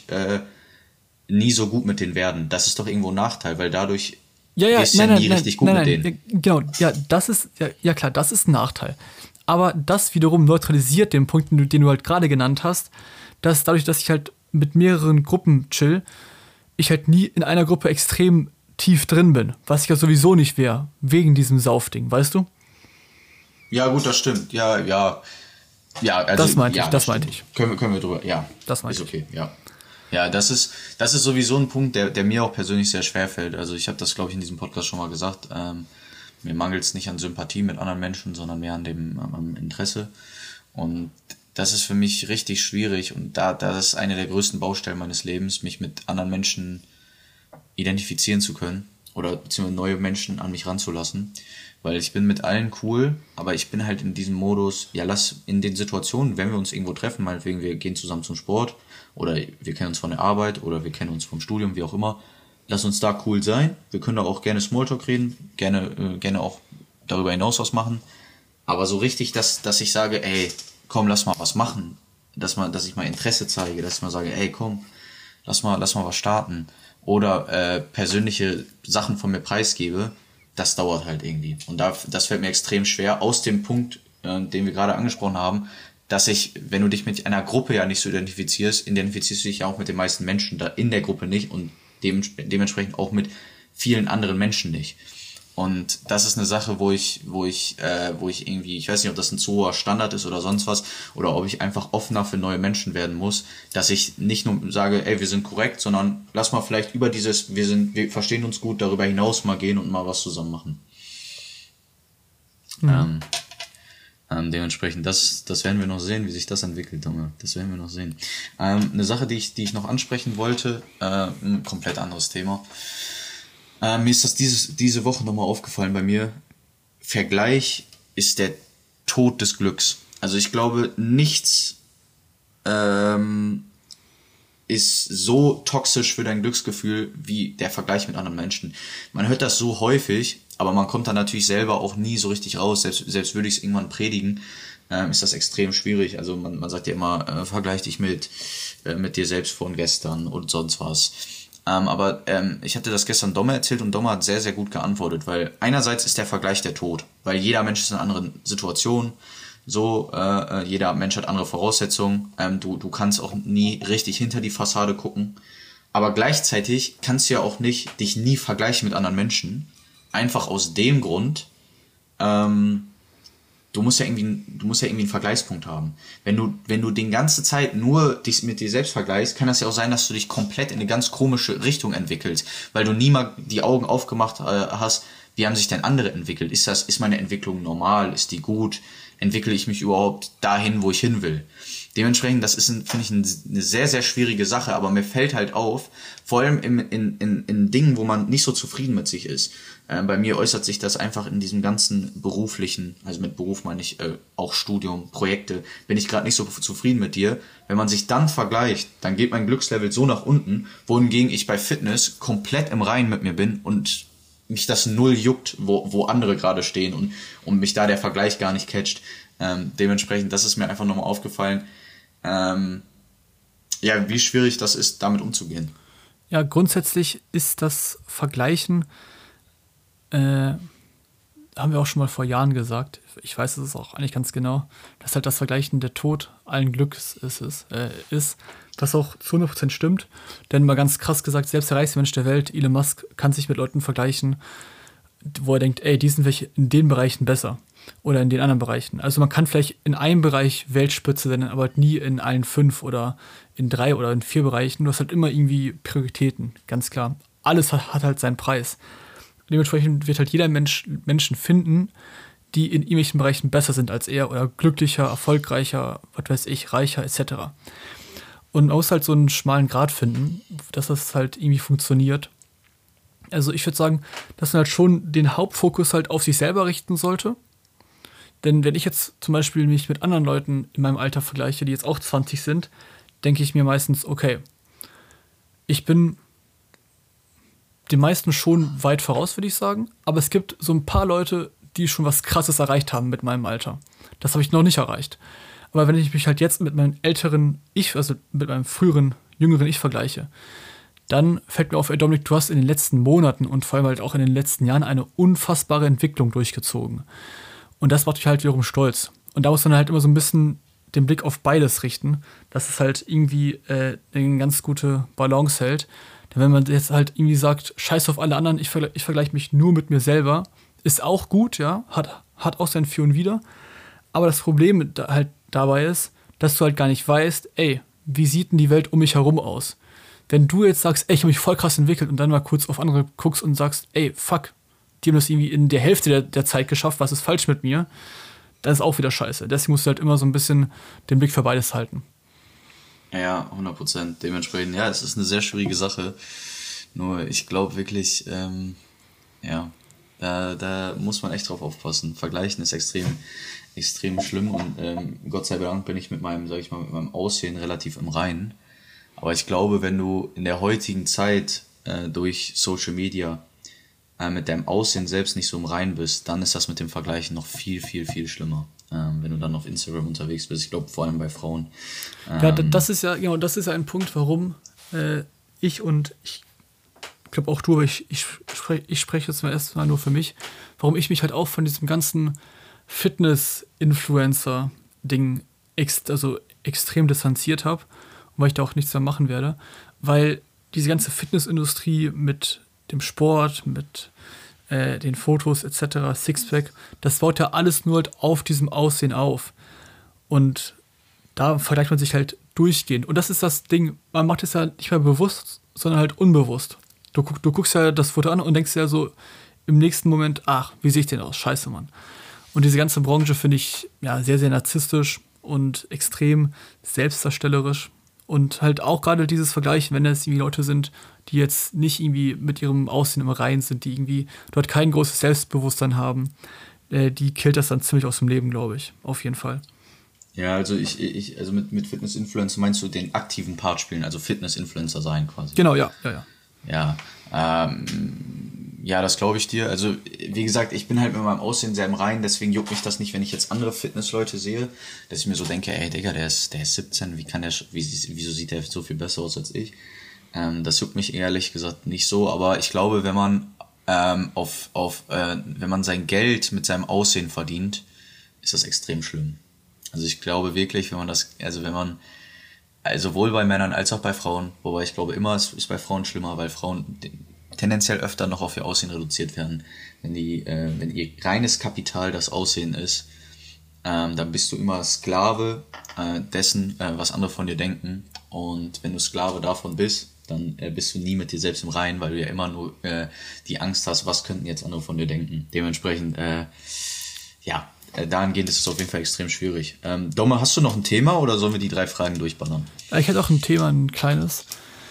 nie so gut mit denen werden. Das ist doch irgendwo ein Nachteil, weil dadurch wirst du nie richtig gut mit denen. Genau, ja, das ist, ja klar, das ist ein Nachteil. Aber das wiederum neutralisiert den Punkt, den du halt gerade genannt hast, dass dadurch, dass ich halt mit mehreren Gruppen chill, ich halt nie in einer Gruppe extrem tief drin bin, was ich ja sowieso nicht wäre, wegen diesem Saufding, weißt du? Ja, gut, das stimmt. Ja, also, das meinte ich. Können wir drüber, ja. Das meinte ich. Ist okay, ja. Ja, das ist sowieso ein Punkt, der mir auch persönlich sehr schwer fällt. Also ich habe das, glaube ich, in diesem Podcast schon mal gesagt. Mir mangelt es nicht an Sympathie mit anderen Menschen, sondern mehr am Interesse. Und das ist für mich richtig schwierig. Und das ist eine der größten Baustellen meines Lebens, mich mit anderen Menschen identifizieren zu können. Oder beziehungsweise neue Menschen an mich ranzulassen. Weil ich bin mit allen cool, aber ich bin halt in diesem Modus, ja, lass in den Situationen, wenn wir uns irgendwo treffen, meinetwegen wir gehen zusammen zum Sport oder wir kennen uns von der Arbeit oder wir kennen uns vom Studium, wie auch immer, lass uns da cool sein. Wir können da auch gerne Smalltalk reden, gerne auch darüber hinaus was machen. Aber so richtig, dass ich sage, ey, komm, lass mal was machen, dass ich mal Interesse zeige, dass ich mal sage, ey, komm, lass mal was starten oder persönliche Sachen von mir preisgebe, das dauert halt irgendwie. Und das fällt mir extrem schwer, aus dem Punkt, den wir gerade angesprochen haben, dass wenn du dich mit einer Gruppe ja nicht so identifizierst du dich ja auch mit den meisten Menschen da in der Gruppe nicht und dementsprechend auch mit vielen anderen Menschen nicht. Und das ist eine Sache, wo ich irgendwie, ich weiß nicht, ob das ein zu hoher Standard ist oder sonst was, oder ob ich einfach offener für neue Menschen werden muss, dass ich nicht nur sage, ey, wir sind korrekt, sondern lass mal vielleicht über dieses, wir verstehen uns gut, darüber hinaus mal gehen und mal was zusammen machen. Mhm. Dementsprechend, das werden wir noch sehen, wie sich das entwickelt, Junge. Das werden wir noch sehen. Eine Sache, die ich noch ansprechen wollte, ein komplett anderes Thema. Mir ist das diese Woche nochmal aufgefallen bei mir. Vergleich ist der Tod des Glücks. Also ich glaube, nichts ist so toxisch für dein Glücksgefühl wie der Vergleich mit anderen Menschen. Man hört das so häufig, aber man kommt da natürlich selber auch nie so richtig raus. Selbst würde ich es irgendwann predigen, ist das extrem schwierig. Also man sagt ja immer, vergleich dich mit dir selbst von gestern und sonst was. Aber ich hatte das gestern Domme erzählt und Domme hat sehr, sehr gut geantwortet, weil einerseits ist der Vergleich der Tod, weil jeder Mensch ist in einer anderen Situation, jeder Mensch hat andere Voraussetzungen, du kannst auch nie richtig hinter die Fassade gucken, aber gleichzeitig kannst du ja auch dich nie vergleichen mit anderen Menschen, einfach aus dem Grund, du musst ja irgendwie einen Vergleichspunkt haben. Wenn du die ganze Zeit nur dich mit dir selbst vergleichst, kann das ja auch sein, dass du dich komplett in eine ganz komische Richtung entwickelst, weil du nie mal die Augen aufgemacht hast, wie haben sich denn andere entwickelt? Ist meine Entwicklung normal? Ist die gut? Entwickle ich mich überhaupt dahin, wo ich hin will? Dementsprechend, das ist, finde ich, eine sehr, sehr schwierige Sache, aber mir fällt halt auf, vor allem in Dingen, wo man nicht so zufrieden mit sich ist. Bei mir äußert sich das einfach in diesem ganzen beruflichen, also mit Beruf meine ich auch Studium, Projekte, bin ich gerade nicht so zufrieden mit dir. Wenn man sich dann vergleicht, dann geht mein Glückslevel so nach unten, wohingegen ich bei Fitness komplett im Reinen mit mir bin und mich das null juckt, wo andere gerade stehen und mich da der Vergleich gar nicht catcht. Dementsprechend, das ist mir einfach nochmal aufgefallen, wie schwierig das ist, damit umzugehen. Ja, grundsätzlich ist das Vergleichen, haben wir auch schon mal vor Jahren gesagt, ich weiß es auch eigentlich ganz genau, dass halt das Vergleichen der Tod allen Glücks ist, was auch zu 100% stimmt. Denn mal ganz krass gesagt, selbst der reichste Mensch der Welt, Elon Musk, kann sich mit Leuten vergleichen, wo er denkt, ey, die sind welche in den Bereichen besser oder in den anderen Bereichen. Also man kann vielleicht in einem Bereich Weltspitze sein, aber halt nie in allen 5 oder in 3 oder in 4 Bereichen. Du hast halt immer irgendwie Prioritäten, ganz klar. Alles hat halt seinen Preis. Dementsprechend wird halt jeder Menschen finden, die in irgendwelchen Bereichen besser sind als er oder glücklicher, erfolgreicher, was weiß ich, reicher etc. Und man muss halt so einen schmalen Grat finden, dass das halt irgendwie funktioniert. Also ich würde sagen, dass man halt schon den Hauptfokus halt auf sich selber richten sollte. Denn wenn ich jetzt zum Beispiel mich mit anderen Leuten in meinem Alter vergleiche, die jetzt auch 20 sind, denke ich mir meistens, okay, ich bin den meisten schon weit voraus, würde ich sagen. Aber es gibt so ein paar Leute, die schon was Krasses erreicht haben mit meinem Alter. Das habe ich noch nicht erreicht. Aber wenn ich mich halt jetzt mit meinem älteren Ich, also mit meinem früheren, jüngeren Ich vergleiche, dann fällt mir auf, ey Dominik, du hast in den letzten Monaten und vor allem halt auch in den letzten Jahren eine unfassbare Entwicklung durchgezogen. Und das macht mich halt wiederum stolz. Und da muss man halt immer so ein bisschen den Blick auf beides richten, dass es halt irgendwie eine ganz gute Balance hält. Denn wenn man jetzt halt irgendwie sagt, scheiß auf alle anderen, ich vergleiche mich nur mit mir selber, ist auch gut, ja, hat auch sein Für und Wider. Aber das Problem halt dabei ist, dass du halt gar nicht weißt, ey, wie sieht denn die Welt um mich herum aus? Wenn du jetzt sagst, ey, ich habe mich voll krass entwickelt und dann mal kurz auf andere guckst und sagst, ey, fuck, die haben das irgendwie in der Hälfte der Zeit geschafft, was ist falsch mit mir? Das ist auch wieder scheiße. Deswegen musst du halt immer so ein bisschen den Blick für beides halten. Ja, 100%. Dementsprechend, ja, es ist eine sehr schwierige Sache. Nur ich glaube wirklich, da muss man echt drauf aufpassen. Vergleichen ist extrem schlimm und Gott sei Dank bin ich mit meinem Aussehen relativ im Reinen. Aber ich glaube, wenn du in der heutigen Zeit durch Social Media mit deinem Aussehen selbst nicht so im Reinen bist, dann ist das mit dem Vergleichen noch viel, viel, viel schlimmer. Wenn du dann auf Instagram unterwegs bist, ich glaube vor allem bei Frauen. Ja, das ist ja ein Punkt, warum ich glaube auch du, aber ich spreche jetzt mal erstmal nur für mich, warum ich mich halt auch von diesem ganzen Fitness-Influencer-Ding extrem distanziert habe und weil ich da auch nichts mehr machen werde, weil diese ganze Fitnessindustrie mit dem Sport, mit den Fotos etc., Sixpack, das baut ja alles nur halt auf diesem Aussehen auf. Und da vergleicht man sich halt durchgehend. Und das ist das Ding, man macht es ja nicht mehr bewusst, sondern halt unbewusst. Du guckst ja das Foto an und denkst ja so im nächsten Moment, ach, wie sehe ich denn aus? Scheiße, Mann. Und diese ganze Branche finde ich ja sehr, sehr narzisstisch und extrem selbstdarstellerisch. Und halt auch gerade dieses Vergleichen, wenn das irgendwie Leute sind, die jetzt nicht irgendwie mit ihrem Aussehen im Reinen sind, die irgendwie dort kein großes Selbstbewusstsein haben, die killt das dann ziemlich aus dem Leben, glaube ich. Auf jeden Fall. Ja, also also mit Fitness-Influencer meinst du den aktiven Part spielen, also Fitness-Influencer sein quasi. Genau, ja. Ja, das glaube ich dir. Also, wie gesagt, ich bin halt mit meinem Aussehen sehr im Reinen, deswegen juckt mich das nicht, wenn ich jetzt andere Fitnessleute sehe, dass ich mir so denke, ey, Digga, der ist 17, wieso sieht der so viel besser aus als ich? Das juckt mich ehrlich gesagt nicht so, aber ich glaube, wenn man wenn man sein Geld mit seinem Aussehen verdient, ist das extrem schlimm. Also ich glaube wirklich, sowohl bei Männern als auch bei Frauen, wobei ich glaube immer, es ist bei Frauen schlimmer, weil Frauen tendenziell öfter noch auf ihr Aussehen reduziert werden. Wenn ihr reines Kapital das Aussehen ist, dann bist du immer Sklave dessen, was andere von dir denken. Und wenn du Sklave davon bist, dann bist du nie mit dir selbst im Reinen, weil du ja immer nur die Angst hast, was könnten jetzt andere von dir denken. Dementsprechend, dahingehend ist es auf jeden Fall extrem schwierig. Domme, hast du noch ein Thema oder sollen wir die 3 Fragen durchballern? Ich hätte auch ein Thema, ein kleines.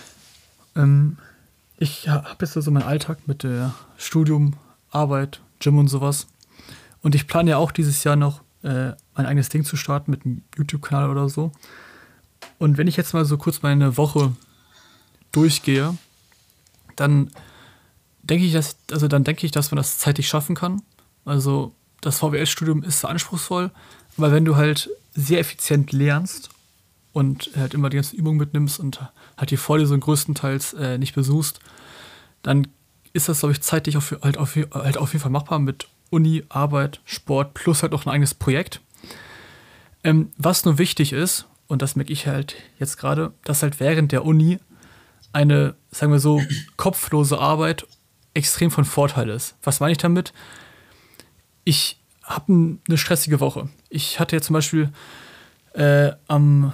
Ich habe jetzt so meinen Alltag mit Studium, Arbeit, Gym und sowas. Und ich plane ja auch dieses Jahr noch mein eigenes Ding zu starten mit einem YouTube-Kanal oder so. Und wenn ich jetzt mal so kurz meine Woche durchgehe, dann denke ich, dass man das zeitlich schaffen kann. Also das VWL-Studium ist anspruchsvoll, aber wenn du halt sehr effizient lernst und halt immer die ganzen Übungen mitnimmst und halt die Vorlesung größtenteils nicht besuchst, dann ist das, glaube ich, zeitlich auf jeden Fall machbar mit Uni, Arbeit, Sport plus halt noch ein eigenes Projekt. Was nur wichtig ist, und das merke ich halt jetzt gerade, dass halt während der Uni eine, sagen wir so, kopflose Arbeit extrem von Vorteil ist. Was meine ich damit? Ich habe eine stressige Woche. Ich hatte jetzt zum Beispiel am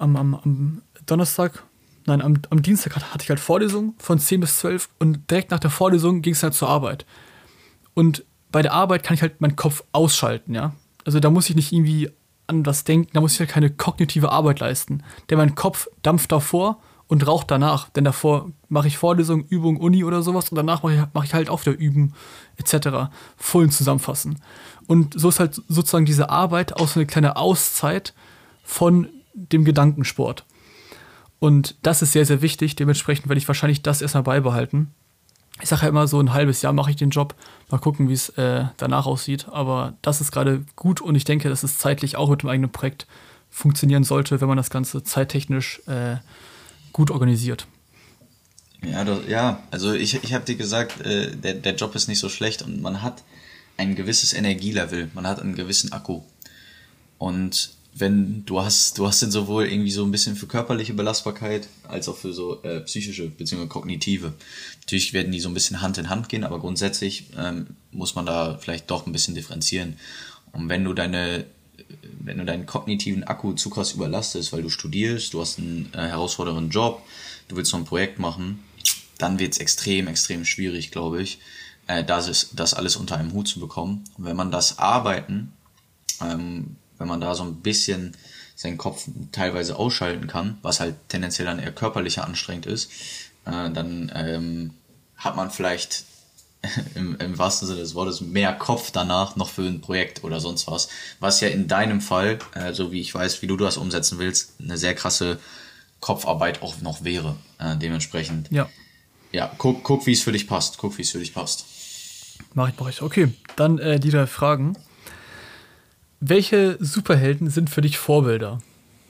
Dienstag hatte ich halt Vorlesung von 10 bis 12 und direkt nach der Vorlesung ging es halt zur Arbeit. Und bei der Arbeit kann ich halt meinen Kopf ausschalten, ja. Also da muss ich nicht irgendwie an was denken, da muss ich halt keine kognitive Arbeit leisten. Denn mein Kopf dampft davor und rauche danach. Denn davor mache ich Vorlesung, Übung, Uni oder sowas und danach mache ich halt auch wieder Üben etc. Vollen zusammenfassen. Und so ist halt sozusagen diese Arbeit auch so eine kleine Auszeit von dem Gedankensport. Und das ist sehr, sehr wichtig. Dementsprechend werde ich wahrscheinlich das erstmal beibehalten. Ich sage ja immer, so ein halbes Jahr mache ich den Job. Mal gucken, wie es danach aussieht. Aber das ist gerade gut und ich denke, dass es zeitlich auch mit dem eigenen Projekt funktionieren sollte, wenn man das Ganze zeittechnisch gut organisiert. Ja, also ich habe dir gesagt, der Job ist nicht so schlecht und man hat ein gewisses Energielevel, man hat einen gewissen Akku. Und wenn du hast den sowohl irgendwie so ein bisschen für körperliche Belastbarkeit als auch für so psychische bzw. kognitive. Natürlich werden die so ein bisschen Hand in Hand gehen, aber grundsätzlich muss man da vielleicht doch ein bisschen differenzieren. Und wenn du deinen kognitiven Akku zu krass überlastest, weil du studierst, du hast einen herausfordernden Job, du willst noch ein Projekt machen, dann wird es extrem, extrem schwierig, glaube ich, das alles unter einem Hut zu bekommen. Und wenn man das Arbeiten, wenn man da so ein bisschen seinen Kopf teilweise ausschalten kann, was halt tendenziell dann eher körperlicher anstrengend ist, dann hat man vielleicht im wahrsten Sinne des Wortes mehr Kopf danach noch für ein Projekt oder sonst was ja in deinem Fall, so wie ich weiß, wie du das umsetzen willst, eine sehr krasse Kopfarbeit auch noch wäre. Dementsprechend, ja, guck, wie es für dich passt. Mach ich. Okay, dann die 3 Fragen. Welche Superhelden sind für dich Vorbilder?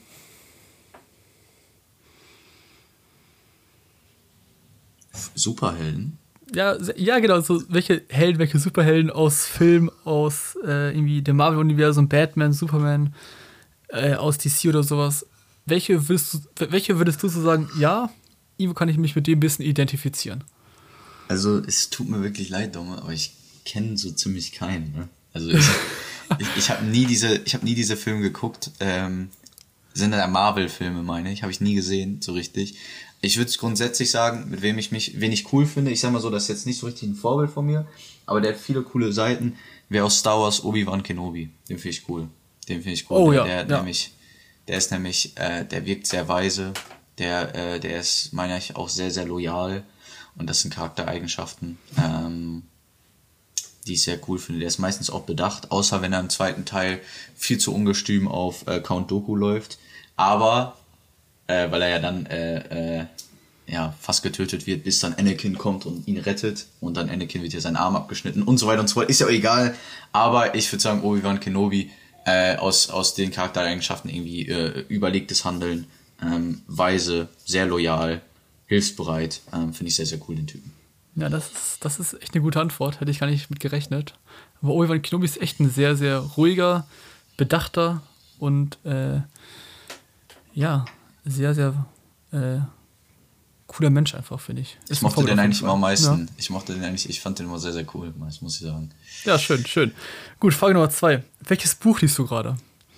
Superhelden? Ja, genau. So, welche Superhelden aus Film, aus irgendwie dem Marvel-Universum, Batman, Superman, aus DC oder sowas. Welche würdest du so sagen, ja, ihm kann ich mich mit dem ein bisschen identifizieren? Also, es tut mir wirklich leid, Dome, aber ich kenne so ziemlich keinen. Ne? Also, ich habe nie diese Filme geguckt. Sind ja Marvel-Filme, meine ich. Habe ich nie gesehen, so richtig. Ich würde grundsätzlich sagen, mit wen ich cool finde. Ich sag mal so, das ist jetzt nicht so richtig ein Vorbild von mir, aber der hat viele coole Seiten. Wer aus Star Wars, Obi-Wan Kenobi. Den finde ich cool. Oh, der wirkt sehr weise. Der ist, meine ich, auch sehr, sehr loyal. Und das sind Charaktereigenschaften, die ich sehr cool finde. Der ist meistens auch bedacht, außer wenn er im zweiten Teil viel zu ungestüm auf Count Dooku läuft. Aber, weil er ja dann fast getötet wird, bis dann Anakin kommt und ihn rettet. Und dann Anakin wird ja sein Arm abgeschnitten und so weiter und so fort. Ist ja auch egal. Aber ich würde sagen, Obi-Wan Kenobi aus den Charaktereigenschaften irgendwie überlegtes Handeln, weise, sehr loyal, hilfsbereit. Finde ich sehr, sehr cool, den Typen. Ja, das ist echt eine gute Antwort. Hätte ich gar nicht mit gerechnet. Aber Obi-Wan Kenobi ist echt ein sehr, sehr ruhiger, bedachter und sehr, sehr cooler Mensch einfach, finde ich. Ich mochte den eigentlich immer am meisten. Ja. Ich fand den immer sehr, sehr cool, muss ich sagen. Ja, schön. Gut, Frage Nummer 2. Welches Buch liest du gerade?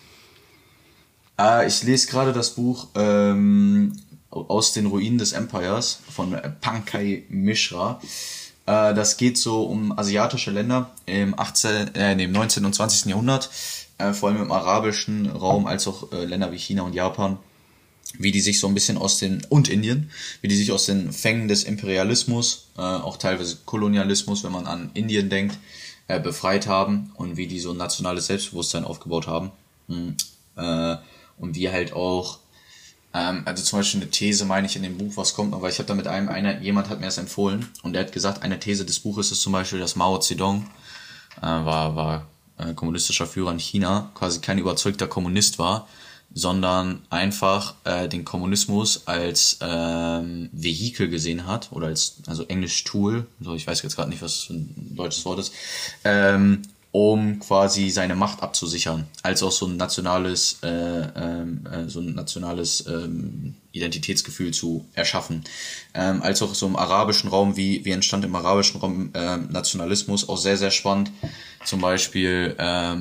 Ich lese gerade das Buch Aus den Ruinen des Empires von Pankaj Mishra. Das geht so um asiatische Länder im 19. und 20. Jahrhundert, vor allem im arabischen Raum, als auch Länder wie China und Japan, wie die sich so ein bisschen und Indien, wie die sich aus den Fängen des Imperialismus, auch teilweise Kolonialismus, wenn man an Indien denkt, befreit haben und wie die so ein nationales Selbstbewusstsein aufgebaut haben. Und wie halt auch, also zum Beispiel eine These, meine ich in dem Buch, was kommt, aber ich habe da mit jemand hat mir das empfohlen und der hat gesagt, eine These des Buches ist zum Beispiel, dass Mao Zedong war kommunistischer Führer in China, quasi kein überzeugter Kommunist war, sondern einfach den Kommunismus als Vehikel gesehen hat oder also Englisch Tool, so ich weiß jetzt gerade nicht, was ein deutsches Wort ist, um quasi seine Macht abzusichern, als auch so ein nationales Identitätsgefühl zu erschaffen, als auch so im arabischen Raum, wie entstand im arabischen Raum Nationalismus, auch sehr, sehr spannend, zum Beispiel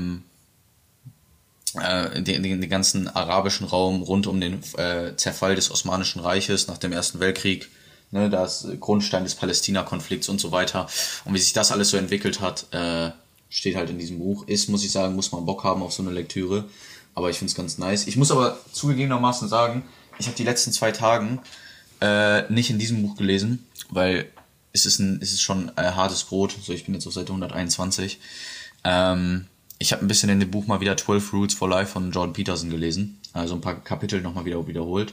den ganzen arabischen Raum rund um den Zerfall des Osmanischen Reiches nach dem Ersten Weltkrieg, ne, das Grundstein des Palästina-Konflikts und so weiter, und wie sich das alles so entwickelt hat, steht halt in diesem Buch. Muss ich sagen, muss man Bock haben auf so eine Lektüre, aber ich finde es ganz nice. Ich muss aber zugegebenermaßen sagen, ich habe die letzten 2 Tagen nicht in diesem Buch gelesen, weil es ist schon hartes Brot. So, ich bin jetzt auf Seite 121. Ich habe ein bisschen in dem Buch mal wieder 12 Rules for Life von Jordan Peterson gelesen. Also ein paar Kapitel nochmal wiederholt.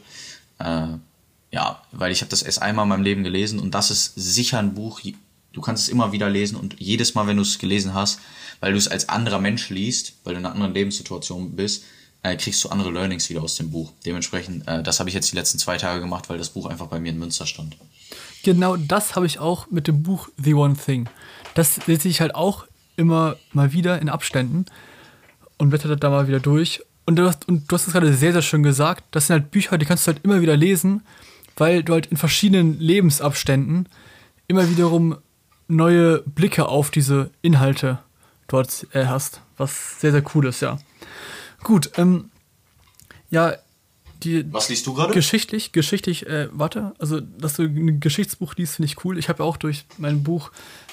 Ja, weil ich habe das erst einmal in meinem Leben gelesen und das ist sicher ein Buch, du kannst es immer wieder lesen und jedes Mal, wenn du es gelesen hast, weil du es als anderer Mensch liest, weil du in einer anderen Lebenssituation bist, kriegst du andere Learnings wieder aus dem Buch. Dementsprechend, das habe ich jetzt die letzten 2 Tage gemacht, weil das Buch einfach bei mir in Münster stand. Genau das habe ich auch mit dem Buch The One Thing. Das lese ich halt auch immer mal wieder in Abständen und blätter da mal wieder durch. Und du hast es gerade sehr, sehr schön gesagt. Das sind halt Bücher, die kannst du halt immer wieder lesen, weil du halt in verschiedenen Lebensabständen immer wiederum neue Blicke auf diese Inhalte dort hast. Was sehr, sehr cool ist, ja. Gut, ja, was liest du gerade? Geschichtlich, warte, also, dass du ein Geschichtsbuch liest, finde ich cool. Ich habe ja auch durch mein Buch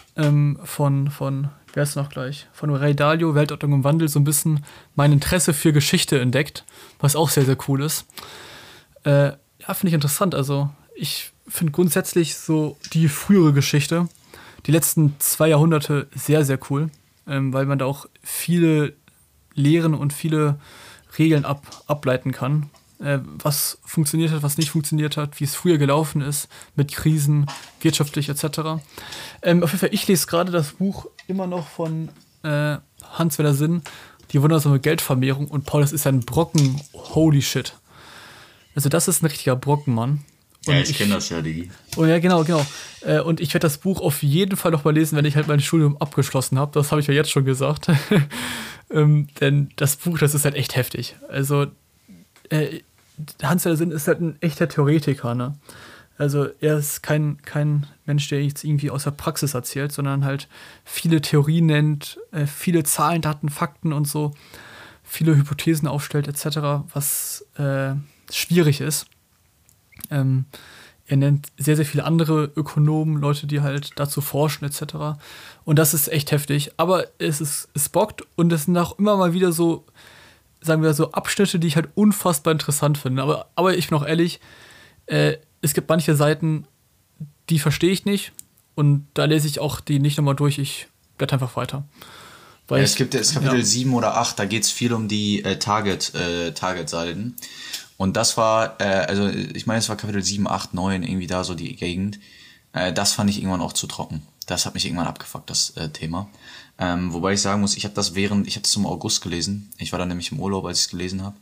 von wer ist noch gleich? Von Ray Dalio, Weltordnung im Wandel, so ein bisschen mein Interesse für Geschichte entdeckt, was auch sehr, sehr cool ist. Ja, finde ich interessant. Also, ich finde grundsätzlich so die frühere Geschichte, die letzten 2 Jahrhunderte sehr, sehr cool, weil man da auch viele Lehren und viele Regeln ableiten kann. Was funktioniert hat, was nicht funktioniert hat, wie es früher gelaufen ist, mit Krisen, wirtschaftlich etc. Auf jeden Fall, ich lese gerade das Buch immer noch von Hans-Werner Sinn, Die wundersame Geldvermehrung. Und Paul, das ist ein Brocken, holy shit. Also das ist ein richtiger Brocken, Mann. Und ja, ich kenne das ja, Digi. Oh ja, genau. Und ich werde das Buch auf jeden Fall noch mal lesen, wenn ich halt mein Studium abgeschlossen habe. Das habe ich ja jetzt schon gesagt. Denn das Buch, das ist halt echt heftig. Also Hans-Werner Sinn ist halt ein echter Theoretiker, ne? Also er ist kein Mensch, der jetzt irgendwie aus der Praxis erzählt, sondern halt viele Theorien nennt, viele Zahlen, Daten, Fakten und so, viele Hypothesen aufstellt etc., was schwierig ist. Er nennt sehr, sehr viele andere Ökonomen, Leute, die halt dazu forschen etc. Und das ist echt heftig. Aber es bockt und es sind auch immer mal wieder so, sagen wir so, Abschnitte, die ich halt unfassbar interessant finde. Aber ich bin auch ehrlich, es gibt manche Seiten, die verstehe ich nicht und da lese ich auch die nicht nochmal durch, ich blätter einfach weiter. Weil es gibt jetzt Kapitel 7 oder 8, da geht es viel um die Target-Salden. Und das war, also ich meine, es war Kapitel 7, 8, 9, irgendwie da so die Gegend. Das fand ich irgendwann auch zu trocken. Das hat mich irgendwann abgefuckt, das Thema. Wobei ich sagen muss, ich habe das im August gelesen. Ich war dann nämlich im Urlaub, als ich es gelesen habe.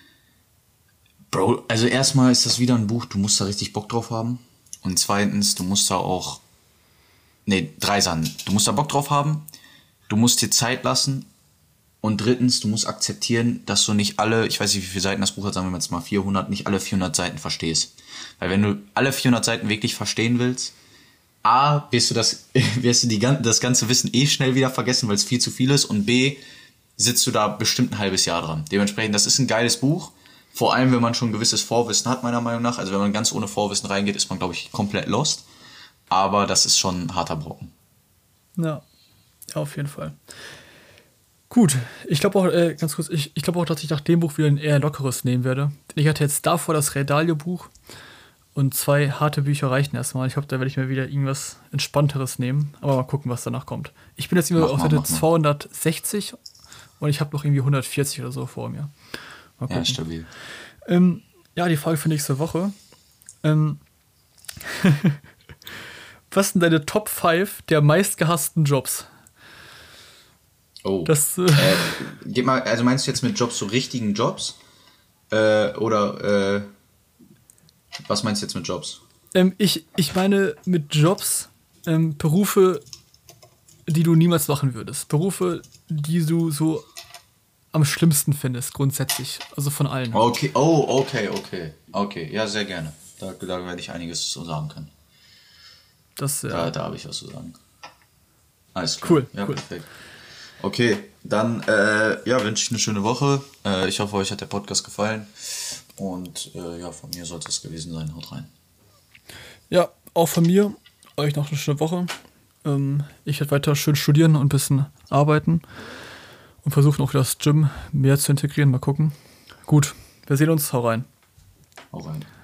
Bro, also erstmal ist das wieder ein Buch, du musst da richtig Bock drauf haben. Und zweitens, du musst da auch, 3 Sachen. Du musst da Bock drauf haben, du musst dir Zeit lassen und drittens, du musst akzeptieren, dass du nicht alle, ich weiß nicht, wie viele Seiten das Buch hat, sagen wir jetzt mal 400, nicht alle 400 Seiten verstehst. Weil wenn du alle 400 Seiten wirklich verstehen willst, A, wirst du das ganze Wissen schnell wieder vergessen, weil es viel zu viel ist, und B, sitzt du da bestimmt ein halbes Jahr dran. Dementsprechend, das ist ein geiles Buch, vor allem, wenn man schon ein gewisses Vorwissen hat, meiner Meinung nach. Also wenn man ganz ohne Vorwissen reingeht, ist man, glaube ich, komplett lost. Aber das ist schon ein harter Brocken. Ja, auf jeden Fall. Gut, ich glaube auch, ganz kurz, ich glaube auch, dass ich nach dem Buch wieder ein eher lockeres nehmen werde. Ich hatte jetzt davor das Ray Dalio-Buch und 2 harte Bücher reichen erstmal. Ich glaube, da werde ich mir wieder irgendwas Entspannteres nehmen. Aber mal gucken, was danach kommt. Ich bin jetzt auf Seite 260 und ich habe noch irgendwie 140 oder so vor mir. Mal gucken. Ja, stabil. Ja, die Frage für nächste Woche. Was sind deine Top 5 der meistgehassten Jobs? Oh. Gib mal, also meinst du jetzt mit Jobs so richtigen Jobs? Oder was meinst du jetzt mit Jobs? Ich meine mit Jobs Berufe, die du niemals machen würdest. Berufe, die du so am schlimmsten findest, grundsätzlich. Also von allen. Okay, okay. Ja, sehr gerne. Da werde ich einiges zu sagen können. Da habe ich was zu sagen. Alles klar. Cool. Ja, cool. Perfekt. Okay, dann wünsche ich eine schöne Woche. Ich hoffe, euch hat der Podcast gefallen. Und von mir sollte es gewesen sein. Haut rein. Ja, auch von mir. Euch noch eine schöne Woche. Ich werde weiter schön studieren und ein bisschen arbeiten. Und versuchen auch das Gym mehr zu integrieren. Mal gucken. Gut, wir sehen uns. Hau rein. Hau rein.